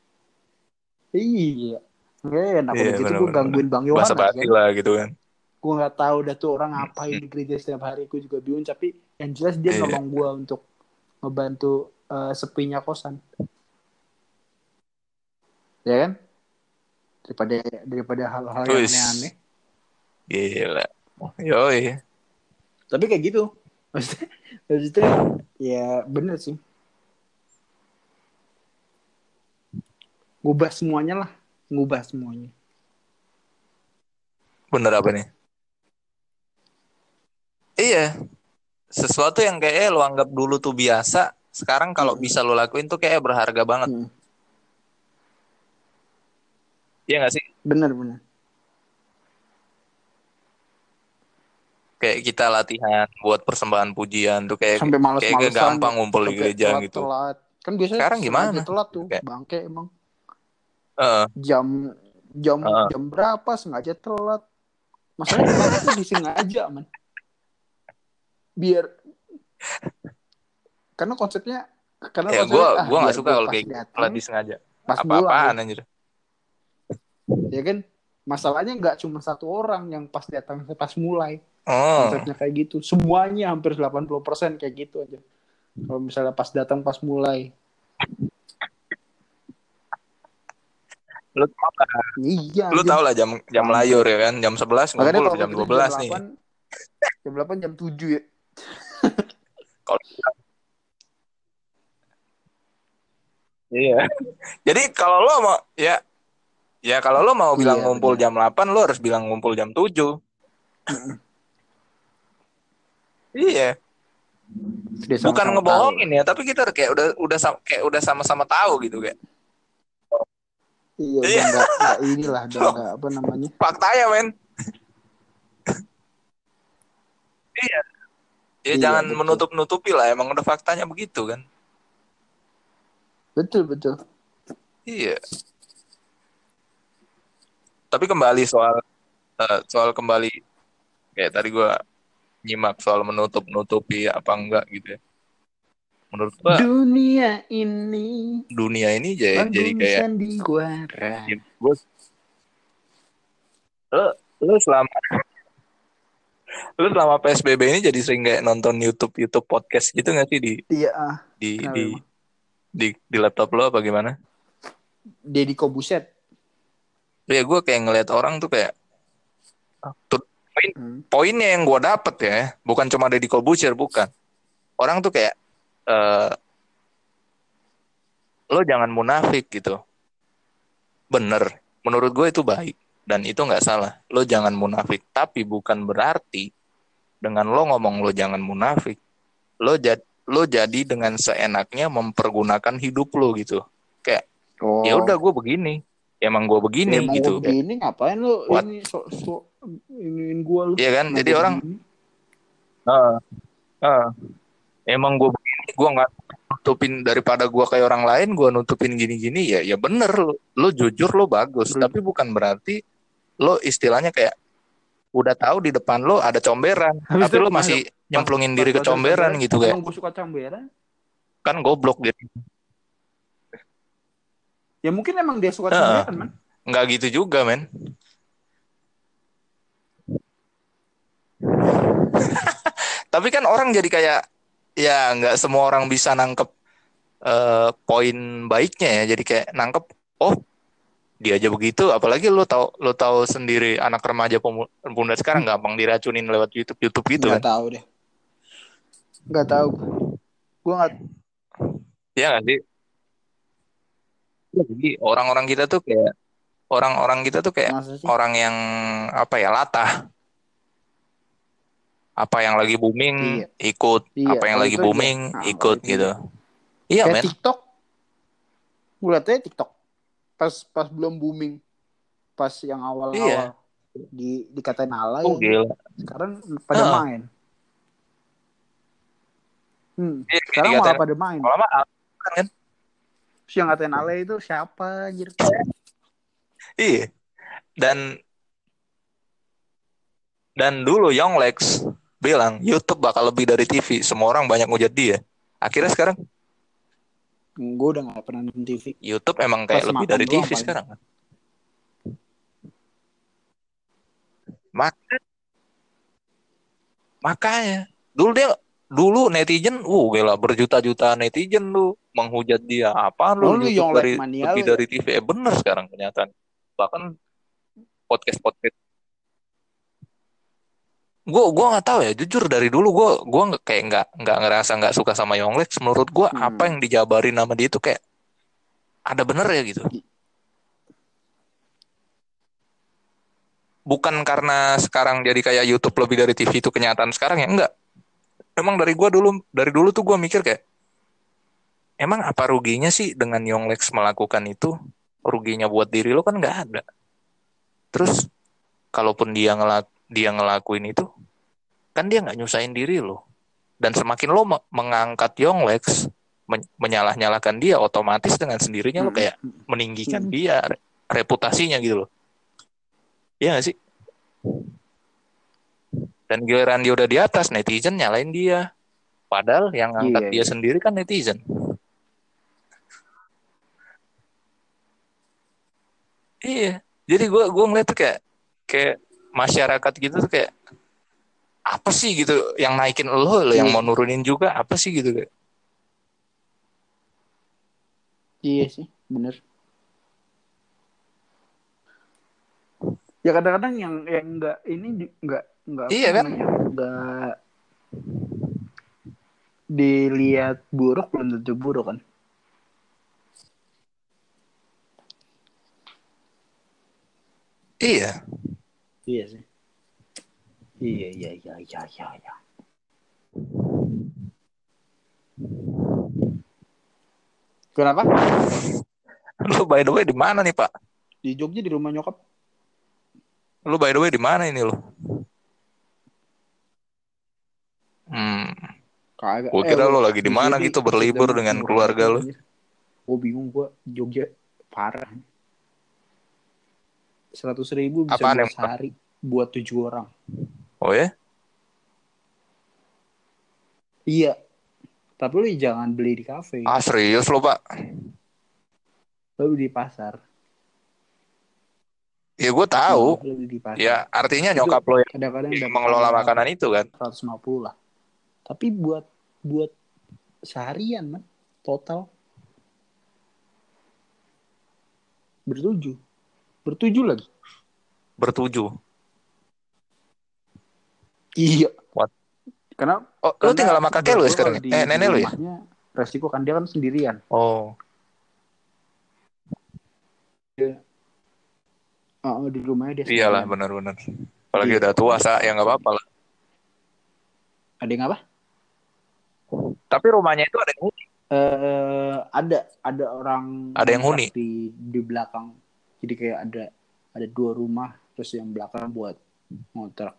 Iya. Gak enak. Iya, Udah gitu gue benar-benar. gangguin Bang Yohan Basa lagi basi kan. lah gitu kan. Gue nggak tahu dah tuh orang ngapain di gereja setiap hari. Gue juga bingung. Tapi yang jelas dia Iya. nolong gue untuk ngebantu sepinya kosan. Ya kan? Daripada hal-hal yang Wis. aneh-aneh. Gila. Yoi. Tapi kayak gitu. Maksudnya ya bener sih. Ngubah semuanya lah. Ngubah semuanya. Bener apa nih? Iya. Sesuatu yang kayak lo anggap dulu tuh biasa, sekarang kalau bisa lo lakuin tuh kayak berharga banget. Iya nggak sih? Bener. Kayak kita latihan buat persembahan pujian tuh kayak Sampai males-malesan. gampang ngumpul di Sampai gereja gitu. telat-telat. Kan biasanya Sekarang sengaja gimana? telat tuh. Kayak, Bangke emang. uh, Jam jam berapa sengaja telat. Masalahnya telat itu disengaja, man. Biar karena konsepnya ya gue biar nggak suka gue kalau pas kayak telat datang disengaja. pas Apa-apaan mulai. anjir. Ya kan masalahnya nggak cuma satu orang yang pas datang pas mulai. Oh, Konsepnya kayak gitu. Semuanya hampir 80% kayak gitu aja. Kalau misalnya pas datang pas mulai. Iya. lu tau lah jam layur ya kan, jam 11 Makanya ngumpul kalau jam kita 12 nih. jam 8 jam 7 ya. Kalau iya. Jadi kalau lo mau ya kalau lo mau bilang ngumpul bener. jam 8, lo harus bilang ngumpul jam 7. Iya. Bukan ngebohongin ya, tapi kita kayak udah sama-sama tahu gitu kayak. Iya, udah nggak inilah, udah nggak apa namanya. Faktanya, men. Iya. Ya jangan betul. menutup-nutupi lah, emang udah faktanya begitu kan. Betul. Iya. Tapi kembali soal kembali kayak tadi gue nyimak soal menutup-nutupi apa enggak gitu ya. Menurut gue dunia ini jadi kayak sandiwara. Lu selama PSBB ini jadi sering kayak nonton YouTube podcast gitu nggak sih Iya. di laptop lo apa gimana? Deddy Kobuset. Ya gue kayak ngeliat orang tuh kayak poinnya yang gue dapet ya, bukan cuma Deddy Kobusier, bukan. Orang tuh kayak lo jangan munafik gitu. Bener, menurut gue itu baik dan itu nggak salah. Lo jangan munafik, tapi bukan berarti dengan lo ngomong lo jangan munafik, lo jadi dengan seenaknya mempergunakan hidup lo gitu. Kayak ya udah gue begini, emang gue begini emang gitu. Gue begini ngapain lo What? ini iniin gue lo. Iya kan, jadi orang emang gue begini, gue nggak nutupin daripada gue kayak orang lain, gue nutupin gini-gini ya bener lo jujur lo bagus, tapi bukan berarti lo istilahnya kayak udah tahu di depan lo ada comberan, tapi lo masih nyemplungin diri ke comberan gitu kayak. Emang gue suka comberan? Kan goblok gitu. Ya mungkin emang dia suka comberan, man. Nggak gitu juga, men. Tapi kan orang jadi kayak ya nggak semua orang bisa nangkep poin baiknya ya. Jadi kayak nangkep oh dia aja begitu, apalagi lo tahu sendiri anak remaja pemuda sekarang gampang diracunin lewat YouTube gitu Nggak kan. tahu deh. Nggak tahu. Gue nggak. Iya nggak sih? Jadi orang-orang kita tuh kayak Masa sih? orang yang apa ya, latah. Apa yang lagi booming Iya. ikut, Iya. apa yang Kalau lagi itu iya. booming Nah, kalau ikut itu gitu. iya. Iya Kayak men. TikTok. Gue liatnya TikTok. Pas belum booming. Pas yang awal-awal Iya. dikatain alay Oh ya. gila. Sekarang pada Heeh. main. Iya, kayak Sekarang malah dikatain pada main. lama kan. Terus yang ngatain alay itu siapa anjir? Iya. Dan dulu Yonglex bilang YouTube bakal lebih dari TV. Semua orang banyak ngujat dia. Akhirnya sekarang Gue udah gak pernah nonton TV. YouTube emang Pas kayak lebih makan dari doang TV paling. sekarang. Mak- Makanya dulu netizen, gila berjuta-juta netizen lu menghujat dia. Apaan Oh, lu lu YouTube Yonglek mania lebih lu ya? dari TV? Bener sekarang kenyataan. Bahkan podcast gue nggak tahu ya, jujur dari dulu gue kayak nggak ngerasa nggak suka sama Yonglex. Menurut gue apa yang dijabarin nama dia itu kayak ada bener ya gitu. Bukan karena sekarang jadi kayak YouTube lebih dari TV itu kenyataan sekarang ya, enggak. Emang dari dulu tuh gue mikir kayak emang apa ruginya sih dengan Yonglex melakukan itu? Ruginya buat diri lo kan nggak ada. Terus kalaupun dia ngelakuin itu, kan dia nggak nyusahin diri lo. Dan semakin lo mengangkat Yonglex, menyalah-nyalahkan dia, otomatis dengan sendirinya lo kayak meninggikan dia, reputasinya gitu loh. Iya nggak sih? Dan giliran dia udah di atas, netizen nyalain dia. Padahal yang ngangkat dia sendiri kan netizen. Iya. Jadi gue ngeliat tuh kayak masyarakat gitu tuh kayak apa sih gitu yang naikin lo yang mau nurunin juga apa sih gitu kayak. Iya sih, bener. Ya kadang-kadang yang nggak ini nggak Iya apa kan? namanya, nggak dilihat buruk belum tentu buruk kan. Iya. Iya sih. Iya. Kenapa? Lu by the way di mana nih, Pak? Di Jogja, di rumah nyokap. Lu by the way di mana ini lu? Kagak. Gue kira lu lagi di mana sini gitu berlibur sistem dengan murah keluarga itu, lu. Gue bingung, gue Jogja parah. 100.000 bisa Apaan buat yang sehari buat 7 orang. Oh ya? Iya. Tapi lu jangan beli di kafe. Ah serius lo, Pak? Lu di pasar. Ya gue tahu. Lu di pasar. Ya artinya Itu nyokap lo yang kadang-kadang mengelola makanan itu kan. 150 lah. Tapi buat seharian man, total bertujuh lagi. Bertujuh. Iya. What? Karena lu tinggal sama kakek lu ya sekarang? Nenek lu ya? Resiko kan dia kan sendirian. Oh. Di rumahnya dia sendirian. Iyalah benar-benar. Apalagi udah tua ya nggak apa-apa lah. Ada yang apa? Tapi rumahnya itu ada yang huni. Ada orang. Ada yang huni di belakang. Jadi kayak ada 2 rumah, terus yang belakang buat ngontrak.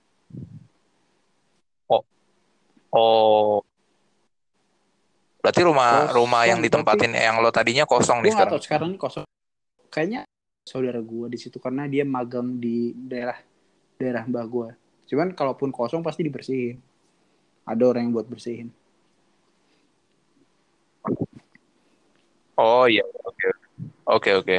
Oh. Berarti rumah yang ditempatin yang lo tadinya kosong nih sekarang. Gue nggak tahu sekarang ini kosong. Kayaknya saudara gue di situ karena dia magang di daerah mbah gue. Cuman kalaupun kosong pasti dibersihin. Ada orang yang buat bersihin. Oh iya, oke.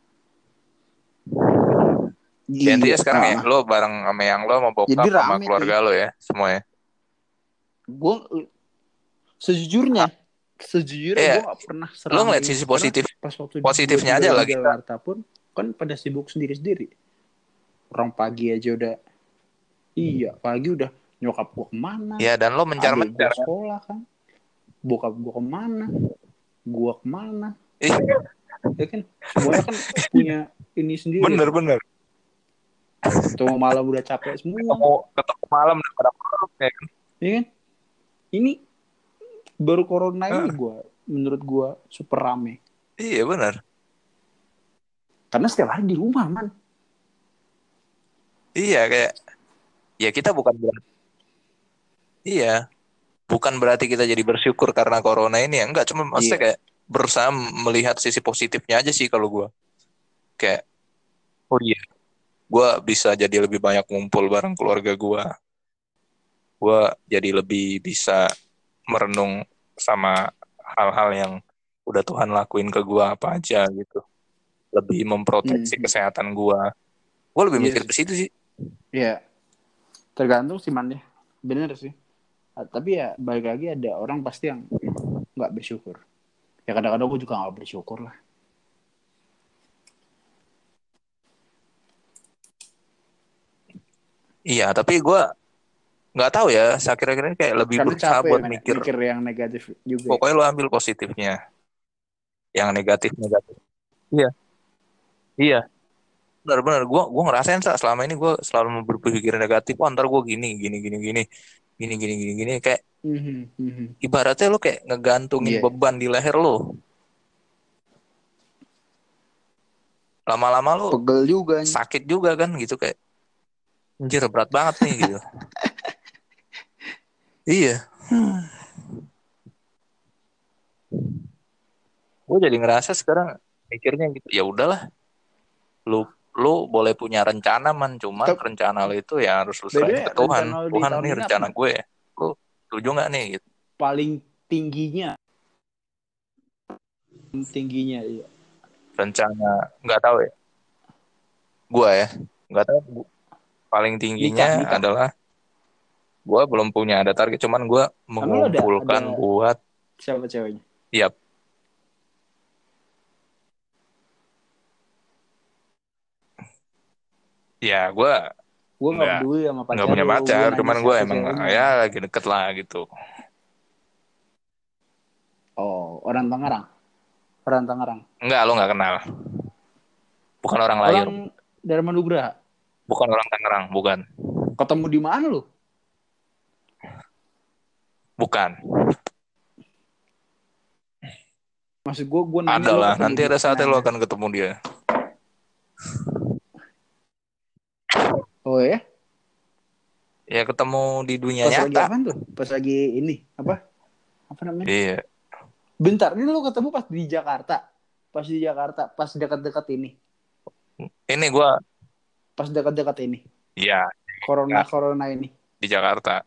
Ya, intinya sekarang ya lo bareng sama yang lo mau bokap sama keluarga lo ya semuanya. Gue sejujurnya sejujurnya gue Iya, gak pernah lo ngeliat seramai sisi karena positif pas waktu gue positifnya tinggal aja di lah kita. Jakarta pun kan pada sibuk sendiri-sendiri. Orang pagi aja udah, iya pagi udah nyokap gue kemana, Ya, dan lo adik gue mencar-mencar kan. sekolah kan, bokap gue kemana, gue kemana, Iya, ya kan semuanya kan punya ini sendiri tuh. bener-bener. Ketemu malam udah capek semua, Ketemu malam daripada malam ya kan. ya kan. Ini baru corona ini Heeh. gue, menurut gue super rame Iya bener. karena setiap hari di rumah man. Iya kayak ya kita bukan iya bukan berarti kita jadi bersyukur karena corona ini ya enggak, cuma maksudnya Iya. kayak berusaha melihat sisi positifnya aja sih kalau gue kayak oh iya gue bisa jadi lebih banyak ngumpul bareng keluarga gue jadi lebih bisa merenung sama hal-hal yang udah Tuhan lakuin ke gue apa aja gitu, lebih memproteksi Mhm. kesehatan gue lebih mikir Yes. ke situ sih. Ya tergantung sih man ya, bener sih. Tapi ya balik lagi ada orang pasti yang nggak bersyukur. Ya kadang-kadang gue juga nggak bersyukur lah. Iya tapi gue nggak tahu ya, saya kira-kira kayak lebih Karena berusaha capek buat man, mikir mikir yang negatif juga. pokoknya lo ambil positifnya, yang negatif negatif. Iya, iya, benar-benar gue ngerasain selama ini gue selalu berpikir negatif. Oh, ntar gue gini, gini, gini, gini, gini, gini, gini, gini. Kayak Mhm, mhm. ibaratnya lo kayak ngegantungin Iya. beban di leher lo. Lama-lama lo Pegel juga. sakit juga kan gitu kayak, anjir berat banget nih gitu. Iya, gue jadi ngerasa sekarang mikirnya gitu. Ya udahlah, lu lu boleh punya rencana man, cuman Tapi rencana lu itu ya harus lu beda serahin ya ke Tuhan. rencana lo di Tuhan tahun ini ini apa rencana man? gue, lu setuju nggak nih gitu. Paling tingginya, tingginya iya. Rencana nggak tahu ya, gue ya nggak tahu. Paling tingginya Nikah, nikah. adalah gue belum punya ada target, cuman gue Emang lo mengumpulkan ada buat siapa ceweknya? ya ya gue Gue nggak nggak peduli sama nggak pacar punya lo, gue pacar, nanya cuman gue siapa emang ceweknya. ya lagi deket lah gitu. Oh, orang Tangerang. Orang Tangerang. Enggak, lo nggak kenal, bukan orang Layur, Orang Dharma Nugraha. bukan orang Tangerang, bukan, Ketemu di mana lo? bukan. Maksud gue nanya Ada lo lah, ketemu nanti di ada saatnya lo mana? akan ketemu dia. Oh ya? Ya ketemu di dunia Pas lagi nyata. apaan tuh? Pas lagi ini apa? Apa namanya? Iya, Bentar, ini lo ketemu pas di Jakarta. Pas di Jakarta, pas dekat-dekat ini. ini gue, Pas dekat-dekat ini. ya, ya, Corona ini. di Jakarta.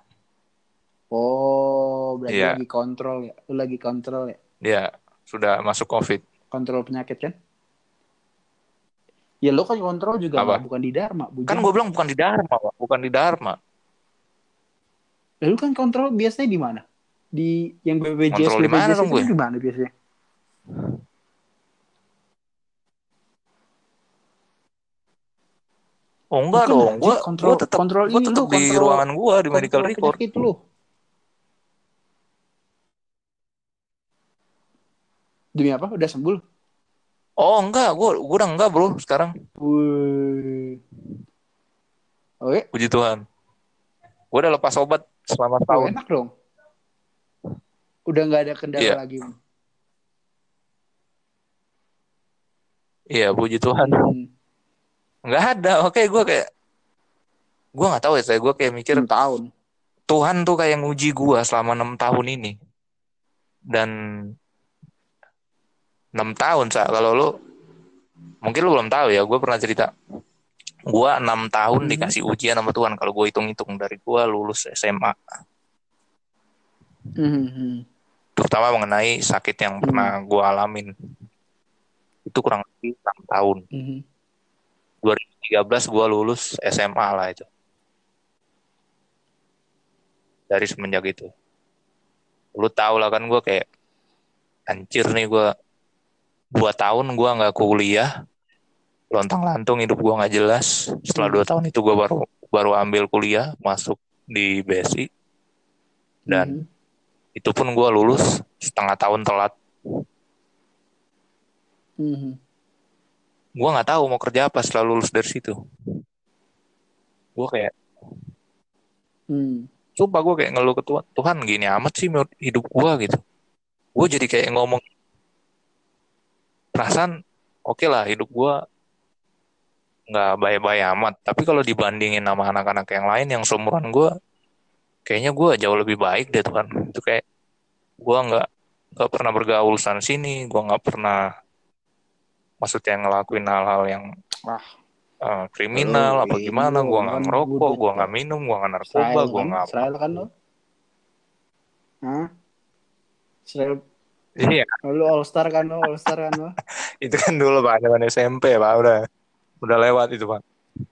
Oh, berarti Iya, lagi kontrol ya. Lu lagi kontrol ya. dia sudah masuk COVID. Kontrol penyakit kan? Ya lo kan kontrol juga nggak Apa? bukan di Dharma, Kan bujang. gue bilang bukan di Dharma, Pak. Bukan di Dharma. Lalu kan kontrol biasanya di mana? Di yang BPJS Kontrol di mana BPJS dong itu gue? di mana biasanya? Oh enggak Bukan dong, anjir, kontrol tetap kontrol gue ini tetap lo, di kontrol ruangan gue di medical kontrol record. penyakit lo. Demi apa? Udah sembuh? Oh enggak, gue udah enggak bro sekarang. Wih. Oke. Puji Tuhan. Gue udah lepas obat selama Oh, setahun. enak dong. Udah nggak ada kendala Iya, lagi. iya puji Tuhan. Hmm, Nggak ada, oke gue kayak gue nggak tahu ya, saya gue kayak mikir 6 tahun. Tuhan tuh kayak nguji gue selama 6 tahun ini. Dan 6 tahun kalau lu mungkin lu belum tahu ya, gue pernah cerita gue 6 tahun Mhm. dikasih ujian sama Tuhan kalau gue hitung-hitung dari gue lulus SMA, Mhm. terutama mengenai sakit yang pernah Mhm. gue alamin itu kurang lebih 6 tahun. Mhm. 2013 gue lulus SMA lah itu. Dari semenjak itu lu tahu lah kan gue kayak anjir nih gue 2 tahun gue nggak kuliah, lontang-lantung hidup gue nggak jelas. Setelah 2 tahun itu gue baru baru ambil kuliah, masuk di BSI, dan itu pun gue lulus setengah tahun telat. Gue nggak tahu mau kerja apa setelah lulus dari situ. Gue kayak, sumpah gue kayak ngeluh ke Tuhan, Tuhan gini amat sih menurut hidup gue gitu. Gue jadi kayak ngomong, perasaan oke lah hidup gue nggak baik-baik amat, tapi kalau dibandingin sama anak-anak yang lain yang seumuran gue, kayaknya gue jauh lebih baik deh Tuhan. Itu kayak gue nggak pernah bergaul sana sini, gue nggak pernah maksudnya ngelakuin hal-hal yang Wah, kriminal apa ini gimana. Gue lo nggak kan ngerokok, udah gue nggak minum, gue nggak narkoba, Israel gue kan? nggak apa. Israel kan lo? Hah? Israel, Iya, lo All Star kan lo? All Star kan lo? itu kan dulu pak, zaman SMP pak, udah lewat itu pak.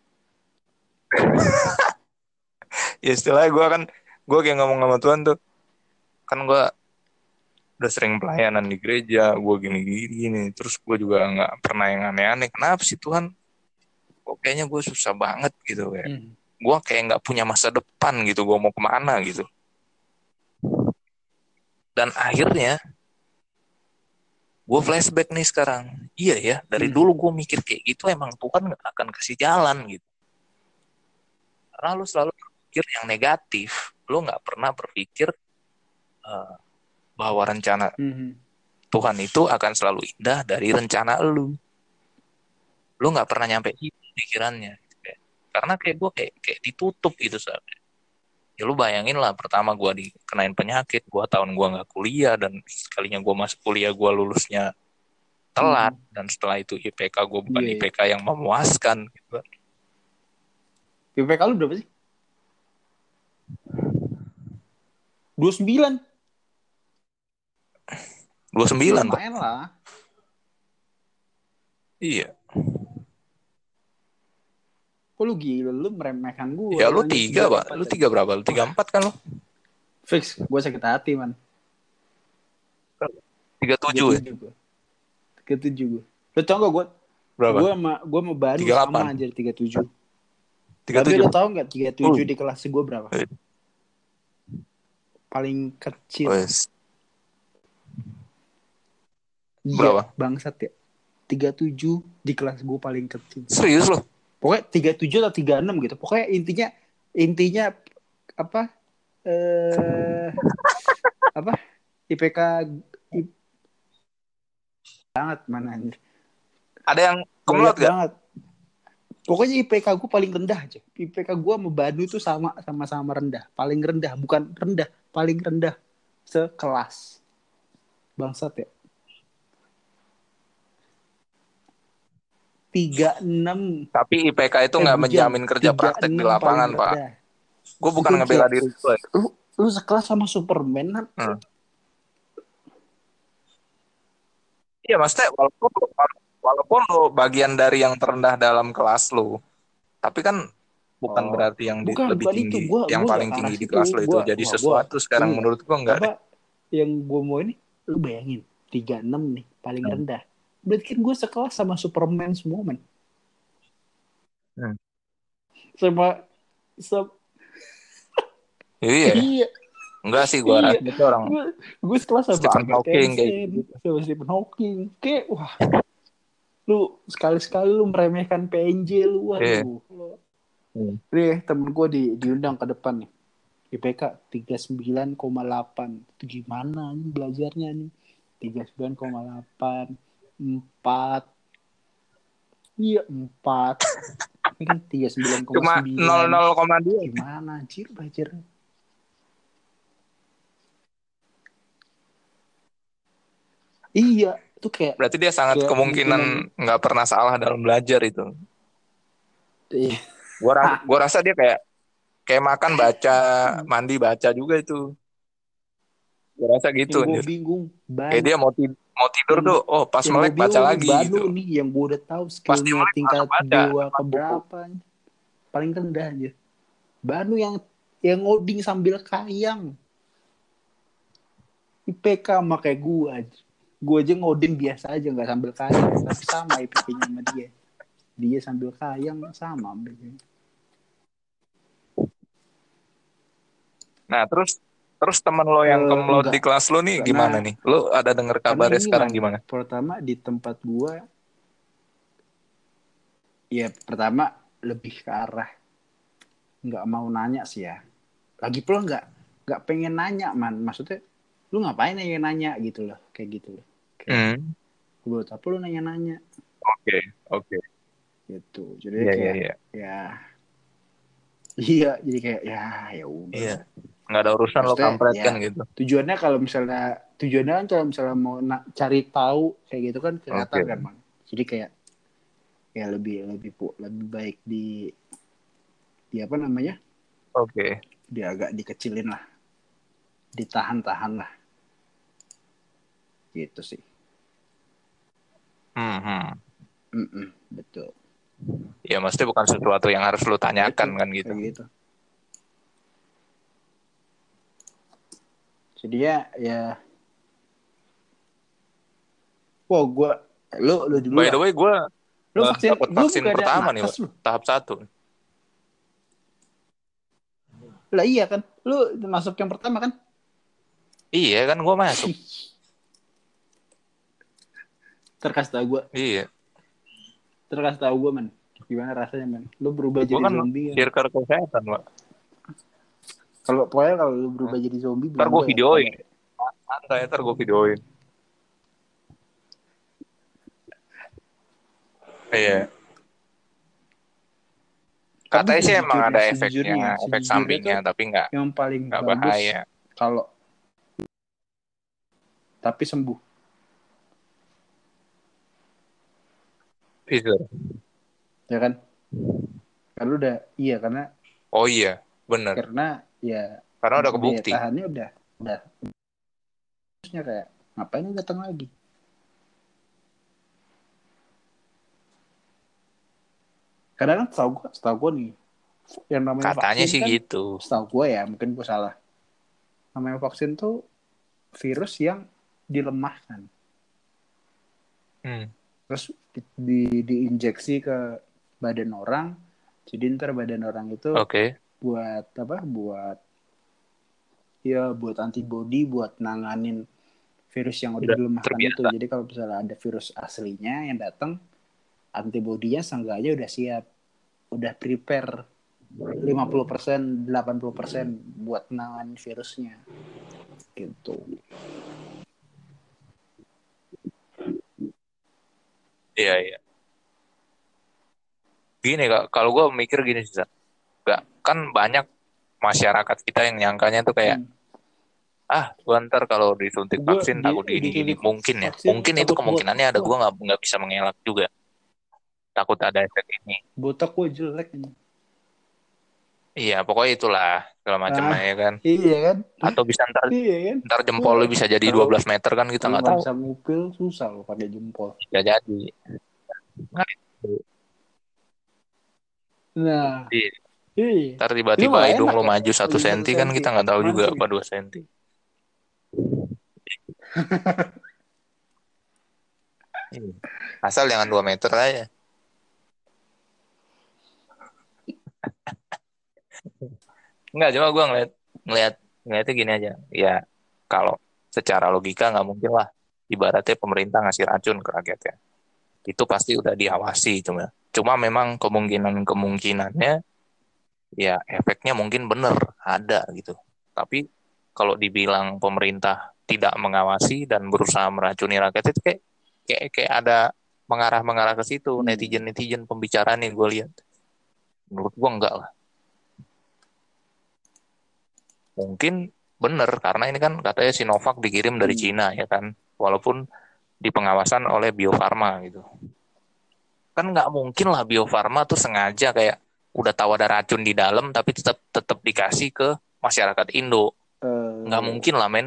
Ya istilahnya gue kayak ngomong sama Tuhan tuh, kan gue udah sering pelayanan di gereja, gue gini, terus gue juga nggak pernah yang aneh-aneh. Kenapa sih Tuhan? Kok kayaknya gue susah banget gitu kayak. Gue kayak nggak punya masa depan gitu, gue mau kemana gitu. Dan akhirnya gue flashback nih sekarang. Iya ya, dari dulu gue mikir kayak gitu, emang Tuhan nggak akan kasih jalan gitu. Karena lu selalu berpikir yang negatif, lu nggak pernah berpikir bahwa rencana Tuhan itu akan selalu indah dari rencana lu. Lu nggak pernah nyampe itu pikirannya. Karena kayak gue kayak ditutup gitu saatnya. Ya lu bayangin lah, pertama gue dikenain penyakit, 2 tahun gue nggak kuliah, dan sekalinya gue masuk kuliah gue lulusnya telat, dan setelah itu IPK gue bukan IPK yang memuaskan gitu. IPK lu berapa sih? 29. 29 Pak. Lumayan lah. Iya. Kok lu gila, lu meremehkan gue. Ya lu 3 Pak, lu 3 berapa? Lu 34 kan lu? Fix, gue sakit hati man. 37 ya? 37 gue. Lo tau gak gue? Berapa? Gue sama Banu 38. sama aja 37. 37. Tapi lo tau gak 37 di kelas gue berapa? Paling kecil. Berapa? Iya, bangsat ya. 37 di kelas gue paling kecil. Serius lo? Pokoknya 37 atau 36 gitu. Pokoknya intinya apa? Apa? IPK banget mana anjir. Ada yang kumlot gak? Banget. Pokoknya IPK gue paling rendah aja. IPK gue sama Banu tuh sama-sama rendah. Paling rendah, bukan rendah, paling rendah sekelas. Bangsat ya. 36. Tapi IPK itu nggak menjamin kerja praktek di lapangan, Pak. Gue bukan ngebela diri gue. Lu sekelas sama Superman kan? Iya, maksudnya walaupun lo bagian dari yang terendah dalam kelas lo, tapi kan bukan berarti yang lebih tinggi, itu. yang paling tinggi di kelas lo itu jadi sesuatu sekarang menurut gue enggak. Apa yang gue mau ini, lu bayangin 36 nih paling rendah. Berarti kan gue sekelas sama Superman semua man. Iya. Enggak sih, gue rasa itu orang. Gue sekelas sama Stephen Hawking kayak gitu. Sama Stephen Hawking. Kayak wah. Lu sekali-sekali lu meremehkan PNJ lu. Waduh. Nih temen gue diundang ke depan nih. IPK 39,8. Itu gimana nih belajarnya nih? 39,8. 4. Iya 4. Ini kan 39,9. Cuma 0,2. Gimana anjir belajarnya? Iya, itu kayak. Berarti dia sangat kemungkinan nggak pernah salah dalam belajar itu. Iya. Gua rasa dia kayak makan baca, mandi baca juga itu. Gua rasa gitu. Yang gue bingung. Kayak dia mau tidur tuh, pas melek baca lagi Banu gitu. Nih yang gue udah tahu skillnya tingkat dewa keberapa, paling rendah aja. Banu yang ngoding sambil kayang. IPK sama kayak gue aja. Gue aja ngoding biasa aja nggak sambil kayang, tapi sama IPK-nya sama dia. Dia sambil kayang sama. Nah, terus teman lo yang kemlot di Enggak, kelas lo nih gimana karena nih? Lo ada denger kabarnya ini sekarang man, gimana? pertama di tempat gue, ya pertama lebih ke arah nggak mau nanya sih ya. Lagi pula nggak pengen nanya man, maksudnya lu ngapain nanya gitu loh, kayak gitu loh. Kayak Hmm. buat apa lu nanya-nanya Oke, oke. gitu. Jadi Iya, iya, kayak iya. ya iya, jadi kayak ya udah Iya. lah. Nggak ada urusan lo Maksudnya kampret ya kan gitu. tujuannya kan kalau misalnya mau cari tahu kayak gitu kan kelihatan Oke, kan man. Jadi kayak ya lebih baik di apa namanya, oke. dia agak dikecilin lah, ditahan-tahan lah gitu sih. Hmm, hmm. Betul. Ya, mesti bukan sesuatu yang harus lo tanyakan Betul kan gitu. kayak gitu. Jadi ya wow gue lu dulu By the lah. way, gue Lu vaksin dapat lu vaksin bukan ada pertama nih, Pak. nakes lu. Tahap 1. Lah iya kan, lu masuk yang pertama kan. Iya kan, gue masuk. Terkas tahu gue, Iya. man, gimana rasanya man, lu berubah Gue jadi kan zombie kan. circle kesehatan, Pak. Kalau lu berubah jadi zombie Ntar bilang gue gue ya videoin. kabar. Santai, ntar gue videoin. Iya. Tapi Katanya sih emang ada efeknya, efek sejujurnya tuh sampingnya, tapi yang paling nggak bagus bahaya. kalau tapi sembuh Pfizer. ya kan. Kalau udah iya Oh iya, bener. karena ya Karena udah daya kebukti. tahannya udah terusnya kayak ngapain lu datang lagi. Kadang setahu gue nih, yang namanya Katanya vaksin sih kan, gitu. setahu gue ya, mungkin gue salah. Namanya vaksin tuh virus yang dilemahkan, Hmm. terus diinjeksi ke badan orang, jadi ntar badan orang itu Oke. buat apa? Buat antibody buat nanganin virus yang udah Udah dilemahkan itu. terbiasa. Jadi kalau misalnya ada virus aslinya yang datang, antibodinya seenggaknya udah siap, udah prepare 50%, 80% buat nanganin virusnya gitu. Iya, iya. Gini, Kak, kalau gue mikir gini sih, Zak. Nggak, kan banyak masyarakat kita yang nyangkanya tuh kayak, Hmm. gue ntar kalau disuntik Gue vaksin takut gini-gini. disuntik Mungkin ya. vaksin Mungkin itu takut kemungkinannya botak. ada, Wah, gue nggak bisa mengelak juga. Takut ada efek ini. botak gue jelek. Iya, pokoknya itulah segala macam Ah, ya kan. iya kan? Atau bisa Iya kan? ntar jempol Wah, lu bisa jadi kalau 12 meter kan kita kalau nggak nggak tahu. bisa ngupil susah loh pakai jempol. Bisa jadi. Nah, itu. Nah, Iya. iya. Ntar Itu tiba-tiba malah hidung enak lu ya, maju satu lebih satu senti kan senti. kita nggak tahu juga Langsung apa ya. 2 senti. Iya. Asal jangan 2 meter aja. Enggak, cuma gue ngeliat ngeliatnya gini aja. Ya kalau secara logika nggak mungkin lah. Ibaratnya pemerintah ngasih racun ke rakyatnya. Itu pasti udah diawasi cuma memang kemungkinannya ya efeknya mungkin bener ada gitu. Tapi kalau dibilang pemerintah tidak mengawasi dan berusaha meracuni rakyat itu kayak ada mengarah ke situ. Hmm. Netizen pembicaraan yang gue lihat. Menurut gue enggak lah. Mungkin bener karena ini kan katanya Sinovac dikirim dari Hmm. Cina ya kan. Walaupun di pengawasan oleh Bio Farma gitu. Kan nggak mungkin lah Bio Farma tuh sengaja kayak udah tahu ada racun di dalam tapi tetap tetap dikasih ke masyarakat Indo. Nggak Eh, mungkin lah men.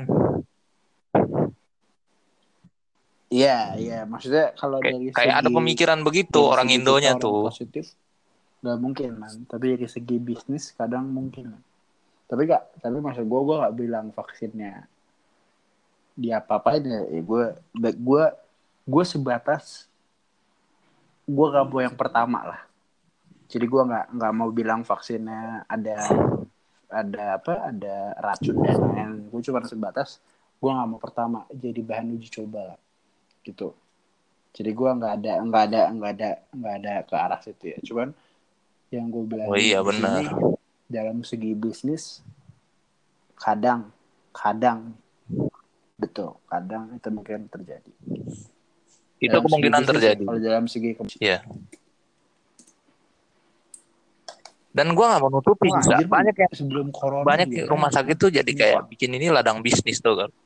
Iya, iya. Maksudnya kalau Kayak kayak ada pemikiran begitu dari orang segi kita Indonya orang tuh. positif, nggak mungkin man. Tapi dari segi bisnis kadang mungkin. Man. Tapi maksud gue nggak bilang vaksinnya dia apa-apain ya, gue sebatas gue gak mau yang pertama lah. Jadi gue nggak mau bilang vaksinnya ada racun dan lain-lain. Gue cuma sebatas gue nggak mau pertama jadi bahan uji coba lah, gitu. Jadi gue nggak ada ke arah situ ya. Cuman yang gue Oh bilangin iya di sini benar. dalam segi bisnis kadang betul, kadang itu mungkin terjadi Itu dalam segi kemungkinan bisnis ya. terjadi. Kalau dalam segi Iya. Dan gue nggak mau nutupi wah juga anjir man, banyak yang sebelum corona banyak juga rumah banyak sakit man, tuh jadi kayak sumpah. bikin ini ladang bisnis tuh kan.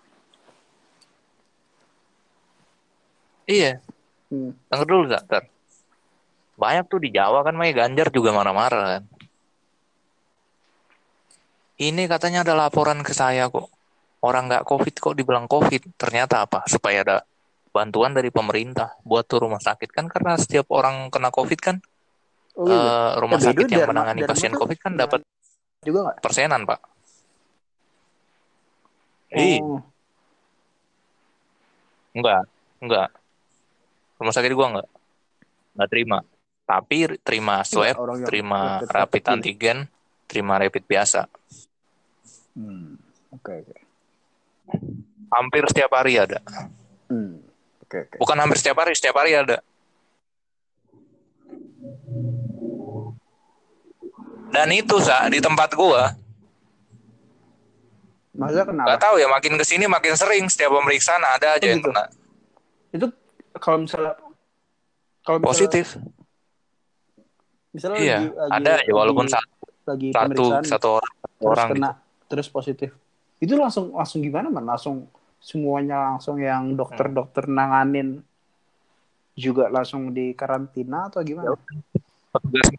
Iya, Hmm. denger dulu Zakter. Banyak tuh di Jawa kan, Mai Ganjar juga marah-marah kan. Ini katanya ada laporan ke saya kok. Orang nggak COVID kok dibilang COVID. Ternyata apa? Supaya ada bantuan dari pemerintah buat tuh rumah sakit kan, karena setiap orang kena COVID kan Oh gitu. rumah Bedo sakit yang Dharma menangani Dharma pasien tuh COVID kan kena dapat juga nggak? persenan, Pak. Iya, Oh enggak, enggak. Rumah sakit gua enggak terima. Tapi terima enggak, swab, orang yang terima rapid rapid gitu. antigen, terima rapid biasa. Oke oke. Hampir setiap hari ada. Oke oke. Bukan hampir setiap hari ada. Dan itu di tempat gua, Maksudnya nggak kenapa? tahu ya, makin kesini makin sering setiap pemeriksaan ada Oh aja yang gitu. kena Itu kalau misalnya kalau misalnya positif. misalnya Iya, ada aja walaupun lagi satu pemeriksaan nih, satu terus orang gitu. kena, terus positif, itu langsung langsung gimana man? Langsung semuanya, langsung yang Hmm. dokter-dokter nanganin juga langsung di karantina atau Ya gimana? udah, petugas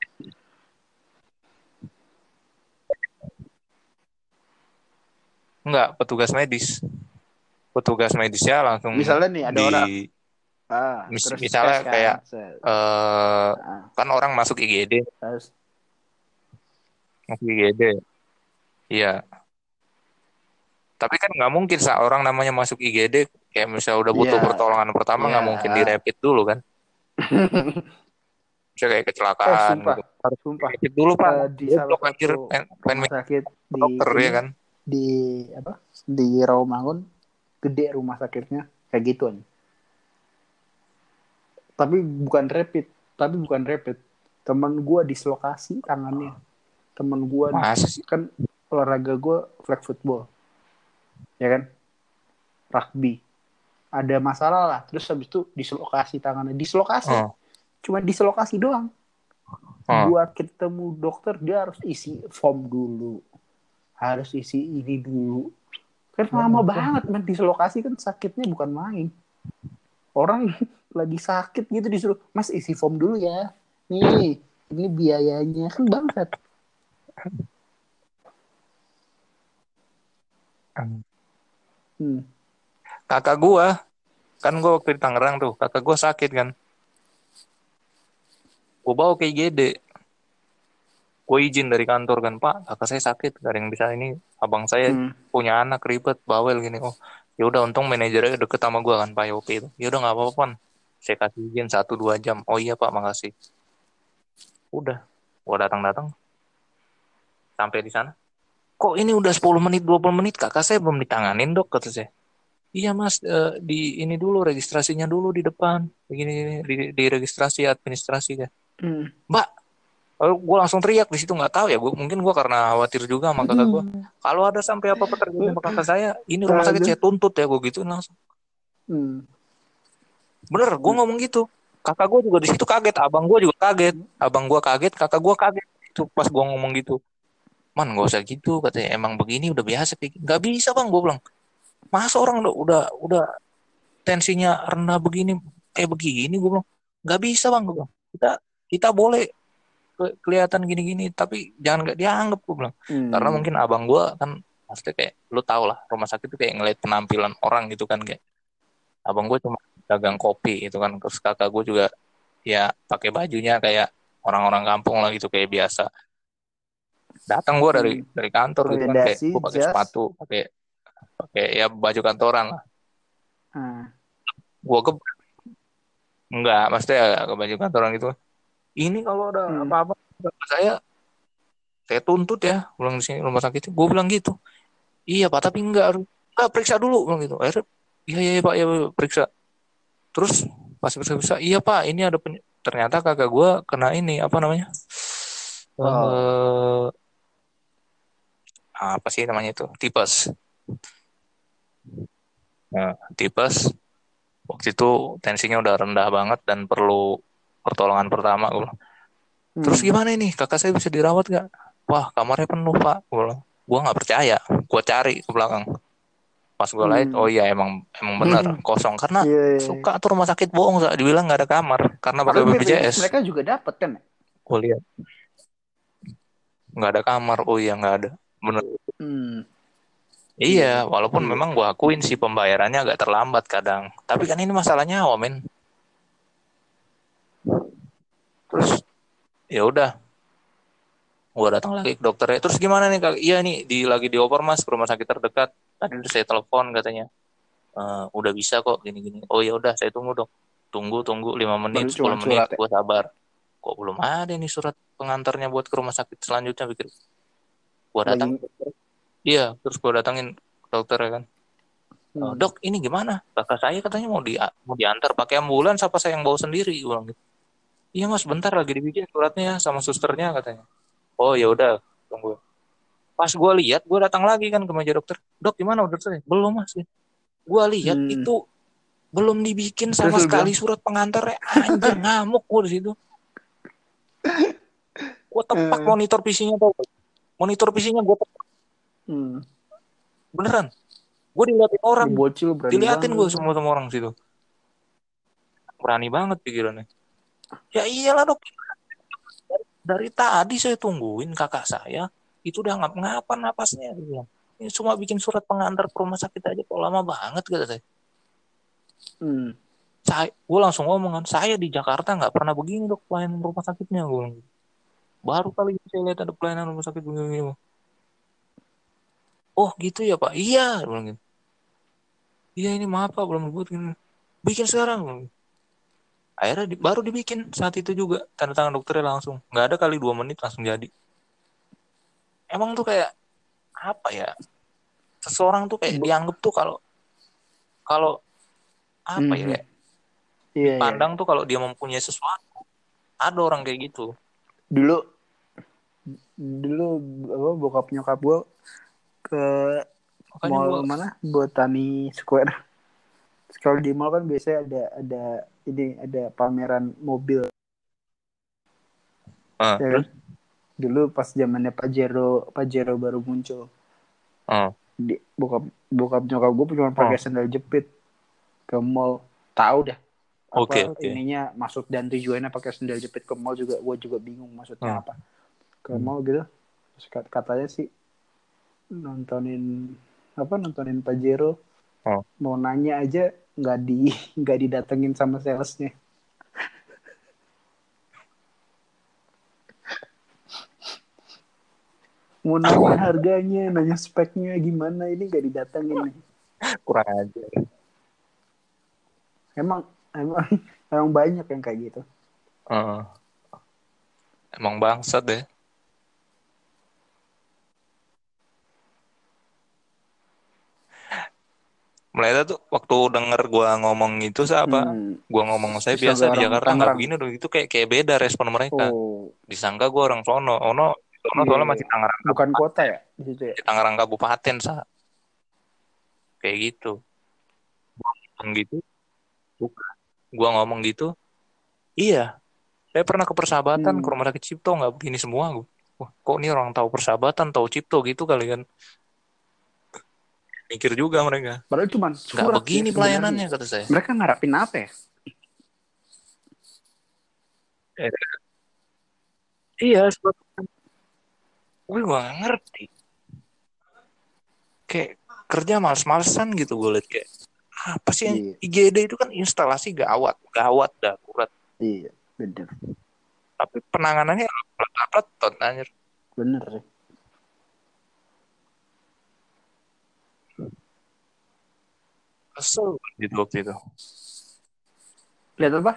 enggak, petugas medisnya langsung Misalnya nih ada di orang terus tes misalnya kan, kayak eh, ah, kan orang masuk IGD, terus iya. Tapi kan nggak mungkin orang namanya masuk IGD kayak misalnya udah butuh iya pertolongan pertama iya nggak mungkin direpit dulu kan. Misalnya kayak kecelakaan sumpah gitu. Harus sumpah direpit dulu Pak. di salah Goblok anjir, satu pengen rumah sakit di dokter ya sini, kan. di apa, di Rawamangun, gede rumah sakitnya kayak gituan, tapi bukan rapid. Teman gue dislokasi tangannya. Teman gue nih, Masa sih? kan olahraga gue flag football ya kan, rugby, ada masalah lah, terus habis itu dislokasi tangannya, dislokasi, Oh, cuma dislokasi doang. oh. Buat ketemu dokter dia harus isi form dulu, harus isi ini dulu, kan lama banget man. Dislokasi kan sakitnya bukan main. Orang lagi sakit gitu disuruh, mas isi form dulu ya, nih ini biayanya, kan bangsat. hmm. Kakak gua kan, gua waktu di Tangerang tuh, kakak gua sakit kan. Gua bawa ke IGD. Gue izin dari kantor kan, Pak, kakak saya sakit, gak ada yang bisa ini, abang saya Hmm. punya anak ribet, bawel gini. Oh, ya udah, untung manajernya deket sama gue kan, Pak Yopi itu. Ya udah nggak apa-apa, Pan. Saya kasih izin 1-2 jam. Oh iya Pak, makasih. Udah, gua datang-datang sampai di sana. Kok ini udah 10 menit, 20 menit, kakak saya belum ditanganin dok, kata saya. Iya mas, di ini dulu registrasinya dulu di depan, begini di registrasi administrasi kan. Hmm. Mbak, gue langsung teriak di situ, nggak tahu ya, mungkin gue karena khawatir juga sama kakak gue. Kalau ada sampai apa terjadi sama kakak saya, ini rumah sakit Aduh. saya tuntut ya, gue gituin langsung. Hmm. Bener, gue ngomong gitu. Kakak gue juga di situ kaget, abang gue juga kaget, abang gue kaget, kakak gue kaget. Itu pas gue ngomong gitu, man gak usah gitu, katanya emang begini udah biasa kayak gini. Nggak bisa bang, gue bilang. Masa orang udah tensinya rendah begini, kayak begini, gue bilang. Nggak bisa bang, gue bilang. Kita kita boleh kelihatan gini-gini tapi jangan nggak dianggap, gue bilang, karena Hmm. mungkin abang gue kan maksudnya kayak lu tau lah, rumah sakit itu kayak ngeliat penampilan orang gitu kan, kayak abang gue cuma dagang kopi itu kan, terus kakak gue juga ya pakai bajunya kayak orang-orang kampung lah gitu kayak biasa. Datang gue dari Hmm. kantor gitu Pakai kan, kayak dasi gue pakai jas. sepatu, pakai pakai ya baju kantoran lah. Ah. Gua ke enggak, maksudnya ke baju kantoran gitu. Ini kalau ada Hmm. apa-apa saya tuntut ya pulang di sini rumah sakit. Gue bilang gitu. Iya Pak, tapi enggak periksa dulu bilang gitu. Akhirnya iya iya Pak, ya periksa. Terus pas periksa, iya Pak, ini ada ternyata kakak gue kena ini apa namanya? Oh. Eh apa sih namanya itu? Tipes. Nah, tipes waktu itu tensinya udah rendah banget dan perlu pertolongan pertama. Gue bilang, terus Hmm. gimana ini? Kakak saya bisa dirawat gak? Wah, kamarnya penuh Pak. Gue bilang, gue nggak percaya. Gue cari ke belakang. Pas gue lihat, oh Hmm. iya emang emang bener kosong karena Iya, iya, iya. suka tuh rumah sakit bohong, dibilang nggak ada kamar karena pakai Padahal BPJS BPJS. mereka juga dapat kan ya? Gue lihat nggak ada kamar, oh iya nggak ada, bener. Hmm. Iya, Iya sih. walaupun Iya. memang gue akuin sih pembayarannya agak terlambat kadang, tapi kan ini masalahnya nyawa men. Terus ya udah, gue datang lagi ke dokternya. Terus gimana nih kak? Iya nih lagi dioper mas ke rumah sakit terdekat. Tadi udah saya telepon katanya. Udah bisa kok gini-gini. Oh ya udah saya tunggu dok. Tunggu 5 menit Baru cuma 10 menit surat ya. gue sabar. Kok belum ada nih surat pengantarnya buat ke rumah sakit selanjutnya pikir. Gue datang, Lagi. iya terus gue datangin ke dokter ya kan. Hmm. Dok ini gimana? Kakak saya katanya mau diantar pakai ambulans apa saya yang bawa sendiri? Gue bilang gitu. Iya mas bentar lagi dibikin suratnya sama susternya katanya. Oh ya udah tunggu. Pas gue lihat gue datang lagi kan ke meja dokter. Dok gimana udah selesai? Belum mas. Gue lihat Hmm. itu belum dibikin Terus sama lu sekali bilang, surat pengantarnya. Anjir ngamuk gue di situ. Gue tepak eh, monitor PC-nya tuh. Monitor PC-nya gue tepak hmm. beneran. Gue diliatin orang. Ini bocil berani Diliatin gue banget. semua orang situ. Berani banget pikirannya. Ya iyalah dok. Dari tadi saya tungguin kakak saya. Itu udah ngap-ngapan napasnya. Dia bilang. Ini cuma bikin surat pengantar ke rumah sakit aja kok lama banget kata saya. Hmm. Gue langsung ngomong kan, saya di Jakarta nggak pernah begini dok pelayanan rumah sakitnya. Gue bilang gitu. Baru kali ini saya lihat ada pelayanan rumah sakit begini. Oh gitu ya Pak. Iya. Dia bilang gitu. Iya ini maaf Pak belum dibuat gini. Bikin sekarang. Bilang gitu. Akhirnya baru dibikin saat itu juga. Tanda tangan dokternya langsung. Nggak ada kali 2 menit langsung jadi. Emang tuh kayak apa ya? Seseorang tuh kayak Bo- dianggap tuh kalau kalau apa ya? Mhm. Kayak Iya, iya. dipandang tuh kalau dia mempunyai sesuatu. Ada orang kayak gitu. Dulu, dulu apa, bokap nyokap gue ke Makanya mall gue, mana? Botani Square. Kalau di mall kan biasanya ada ini ada pameran mobil, ya kan? terus, Dulu pas zamannya Pajero baru muncul. uh, Bokap bokap nyokap gue cuma pakai uh, sandal jepit ke mall. Tahu dah oke apa oke. ininya maksud dan tujuannya pakai sandal jepit ke mall juga, gue juga bingung maksudnya Uh, apa ke hmm. mall gitu. Terus katanya sih nontonin nontonin Pajero, uh. mau nanya aja nggak di nggak didatengin sama salesnya, mau nanya harganya nanya speknya gimana ini nggak didatengin. Kurang aja. emang emang emang banyak yang kayak gitu. Emang bangsat deh. Mulai itu tuh waktu denger gua ngomong itu siapa? Hmm. Gua ngomong saya Terus biasa sampai di orang Jakarta nggak Tangerang. begini dong. Itu kayak beda respon mereka. Oh Disangka gua orang sono. Sono iya, soalnya iya. masih Tangerang Bukan kota Kabupaten. ya di situ ya. Di Tangerang Kabupaten kayak gitu. Ngomong gitu. Bukan. Gua ngomong gitu. Iya. Saya pernah ke Persahabatan ke Hmm. Rumah Sakit Cipto nggak begini semua gua. Wah, kok ini orang tahu Persahabatan, tahu Cipto gitu kali kan? Mikir juga mereka. Padahal cuma Nggak surat ya begini sebenarnya. pelayanannya kata saya. Mereka ngarapin apa ya? Eh, iya, gue gak ngerti. Kayak kerja males-malesan gitu gue liat kayak apa sih yang Iya, IGD itu kan instalasi gawat gawat darurat iya, bener, tapi penanganannya letot anjir. bener sih. Kesel gitu waktu itu. Lihat apa?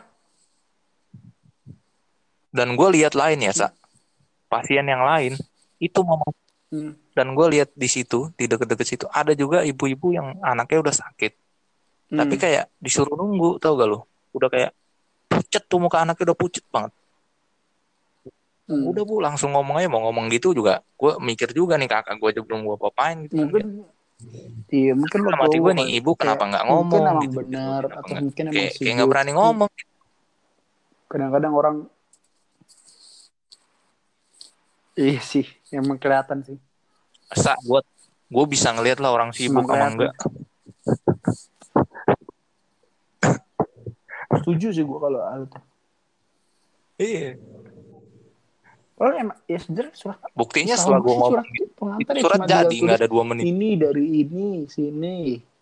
Dan gue lihat lain ya, pasien yang lain itu mau, Hmm. dan gue lihat di situ, di deket-deket situ ada juga ibu-ibu yang anaknya udah sakit, tapi Hmm. kayak disuruh nunggu, tau gak lo? Udah kayak pucet tuh muka anaknya, udah pucet banget. Hmm. Udah bu, langsung ngomong aja, mau ngomong gitu juga. Gue mikir juga nih, kakak gue aja belum gue apa-apain gitu kan. Mungkin iya, mungkin lo Dalam hati gowo gue nih, kali. ibu Kayak kenapa nggak mungkin ngomong emang gitu gitu, benar kenapa atau nggak, mungkin emang kayak si kayak nggak Gue berani ngomong. kadang-kadang orang iya sih, emang kelihatan sih. Masa gue bisa ngelihat lah orang Emang sibuk sama kelihatan. enggak. Setuju sih gue kalau hal itu. Iya. Oh emang ya sebenarnya surat Buktinya setahu setelah gue gue sih ngomong surat gitu, itu pengantar ya surat cuma tinggal jadi nggak tulis ada 2 menit. ini dari ini sini.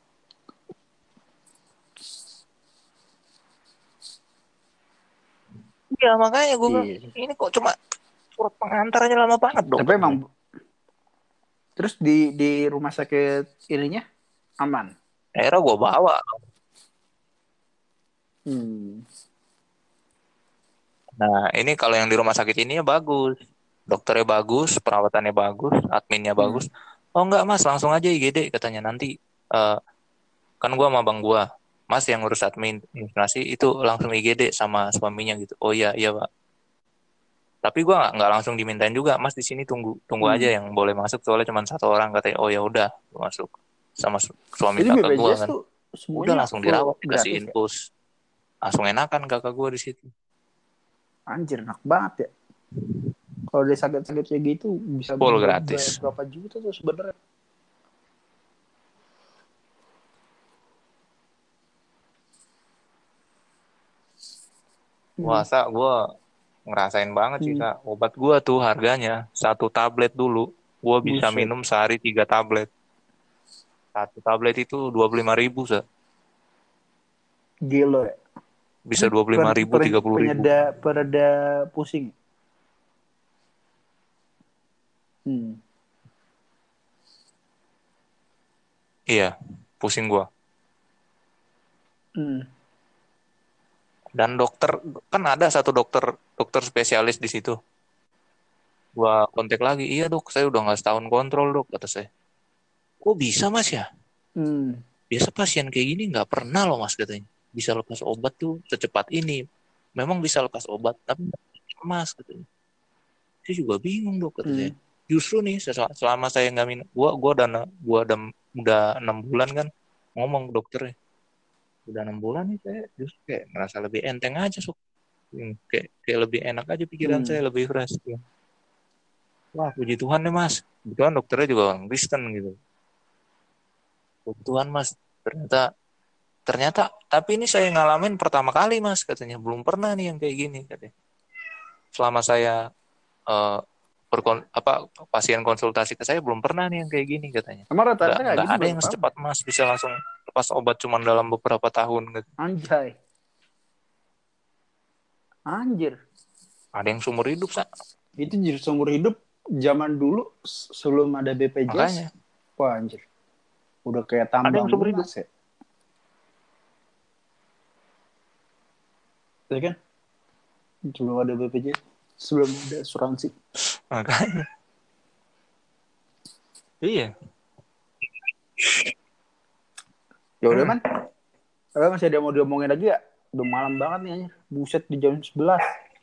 Iya makanya gue bilang, Iya. ini kok cuma surat pengantar aja lama banget dok Tapi emang katanya. terus di rumah sakit ininya aman. Akhirnya gue bawa. Hmm. Nah ini kalau yang di rumah sakit ini ya bagus, dokternya bagus, perawatannya bagus, adminnya Hmm. bagus. Oh enggak mas, langsung aja IGD katanya, nanti kan gue sama bang gue, mas yang ngurus administrasi itu langsung IGD sama suaminya gitu. Oh iya iya pak. Tapi gue nggak langsung dimintain juga, mas di sini tunggu tunggu aja Hmm. yang boleh masuk, soalnya cuma 1 orang katanya. Oh ya udah, gua masuk sama suami Jadi kakak gue BPJS kan. tuh Udah semuanya langsung full dirawat, dikasih gratis ya. infus, langsung enakan kakak gue di situ. Anjir enak banget ya. Kalau dia sakit-sakit kayak gitu bisa Full bayar gratis. berapa juta tuh sebenarnya. Hmm. Wah, gue ngerasain banget sih, Hmm. Obat gue tuh harganya 1 tablet dulu. Gue bisa Buset. minum sehari 3 tablet. 1 tablet itu 25.000, Gila ya. bisa Ini 25.000, 30.000. pereda pusing. Hmm. Iya, pusing gue. Hmm. Dan dokter, kan ada satu dokter dokter spesialis di situ. Gue kontak lagi, iya dok, saya udah nggak setahun kontrol dok, kata saya. Kok bisa mas ya? Hmm. Biasa pasien kayak gini nggak pernah loh mas katanya. Bisa lepas obat tuh secepat ini. Memang bisa lepas obat, tapi nggak mas katanya. Saya juga bingung dok, kata saya. Hmm. Justru nih selama saya nggak minum, gua udah 6 bulan kan ngomong ke dokternya. Udah 6 bulan nih saya justru kayak merasa lebih enteng aja sok. Kayak lebih enak aja pikiran Hmm. saya, lebih fresh. Wah puji Tuhan nih mas. Kebetulan dokternya juga orang Kristen gitu. Puji Tuhan mas. Ternyata ternyata tapi ini saya ngalamin pertama kali mas katanya, belum pernah nih yang kayak gini katanya. Selama saya eh, pasien konsultasi ke saya belum pernah nih yang kayak gini katanya. Emang nggak rata-rata kayak nggak gitu ada berapa yang tahun secepat ya? mas bisa langsung lepas obat cuma dalam beberapa tahun gitu. Anjay. Anjir. Ada yang seumur hidup Itu jadi seumur hidup zaman dulu sebelum ada BPJS. makanya Wah anjir. Udah kayak ada yang tambang seumur hidup emas ya. Ya kan? Sebelum ada BPJS. Sebelum ada asuransi. makanya iya. Ya udah man. Masih ada yang mau diomongin lagi ya? Udah malam banget nih anjir. Buset di jam 11.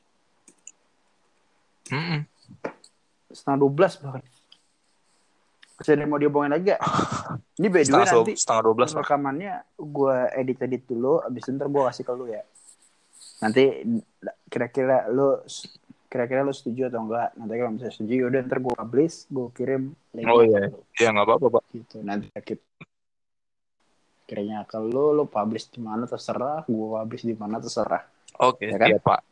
Mm-mm. Setengah 12 bahkan. Masih ada yang mau diomongin lagi ya? Ini by the way nanti setengah 12 pak. rekamannya gue edit dulu. Abis itu ntar gue kasih ke lu ya. Nanti kira-kira lu setuju atau enggak? Nanti kalau misalnya setuju udah ntar gue publish, gue kirim Oh linknya iya ke lu. iya nggak apa-apa pak. Gitu. Nanti kita kiranya ke lu publish di mana terserah, gue publish di mana terserah. Oke Ya kan? siap pak.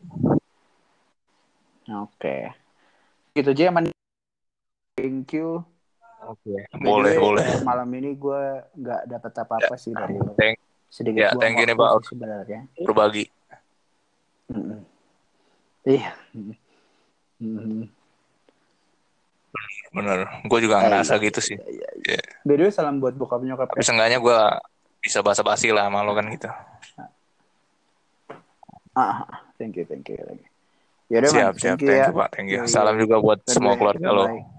Oke. Gitu aja man. Thank you. Oke By the boleh way, boleh. malam ini gue nggak dapat Ya, apa-apa sih dari lu. thank Sedikit buang thank you nih waktu pak sih udah sebenarnya. berbagi. Mm-mm. Iya. Mm-mm. Bener, gue juga Iya, ngerasa gitu sih. iya. Yeah. By the way, salam buat bokap nyokap Tapi ya. seenggaknya gue bisa basa-basi lah sama lo kan gitu. Thank you. Yaudah man, Siap, thank you thank ya. you Pak, thank you. Yoi. Salam juga buat Ntar gue, semua keluarga lo. bye-bye.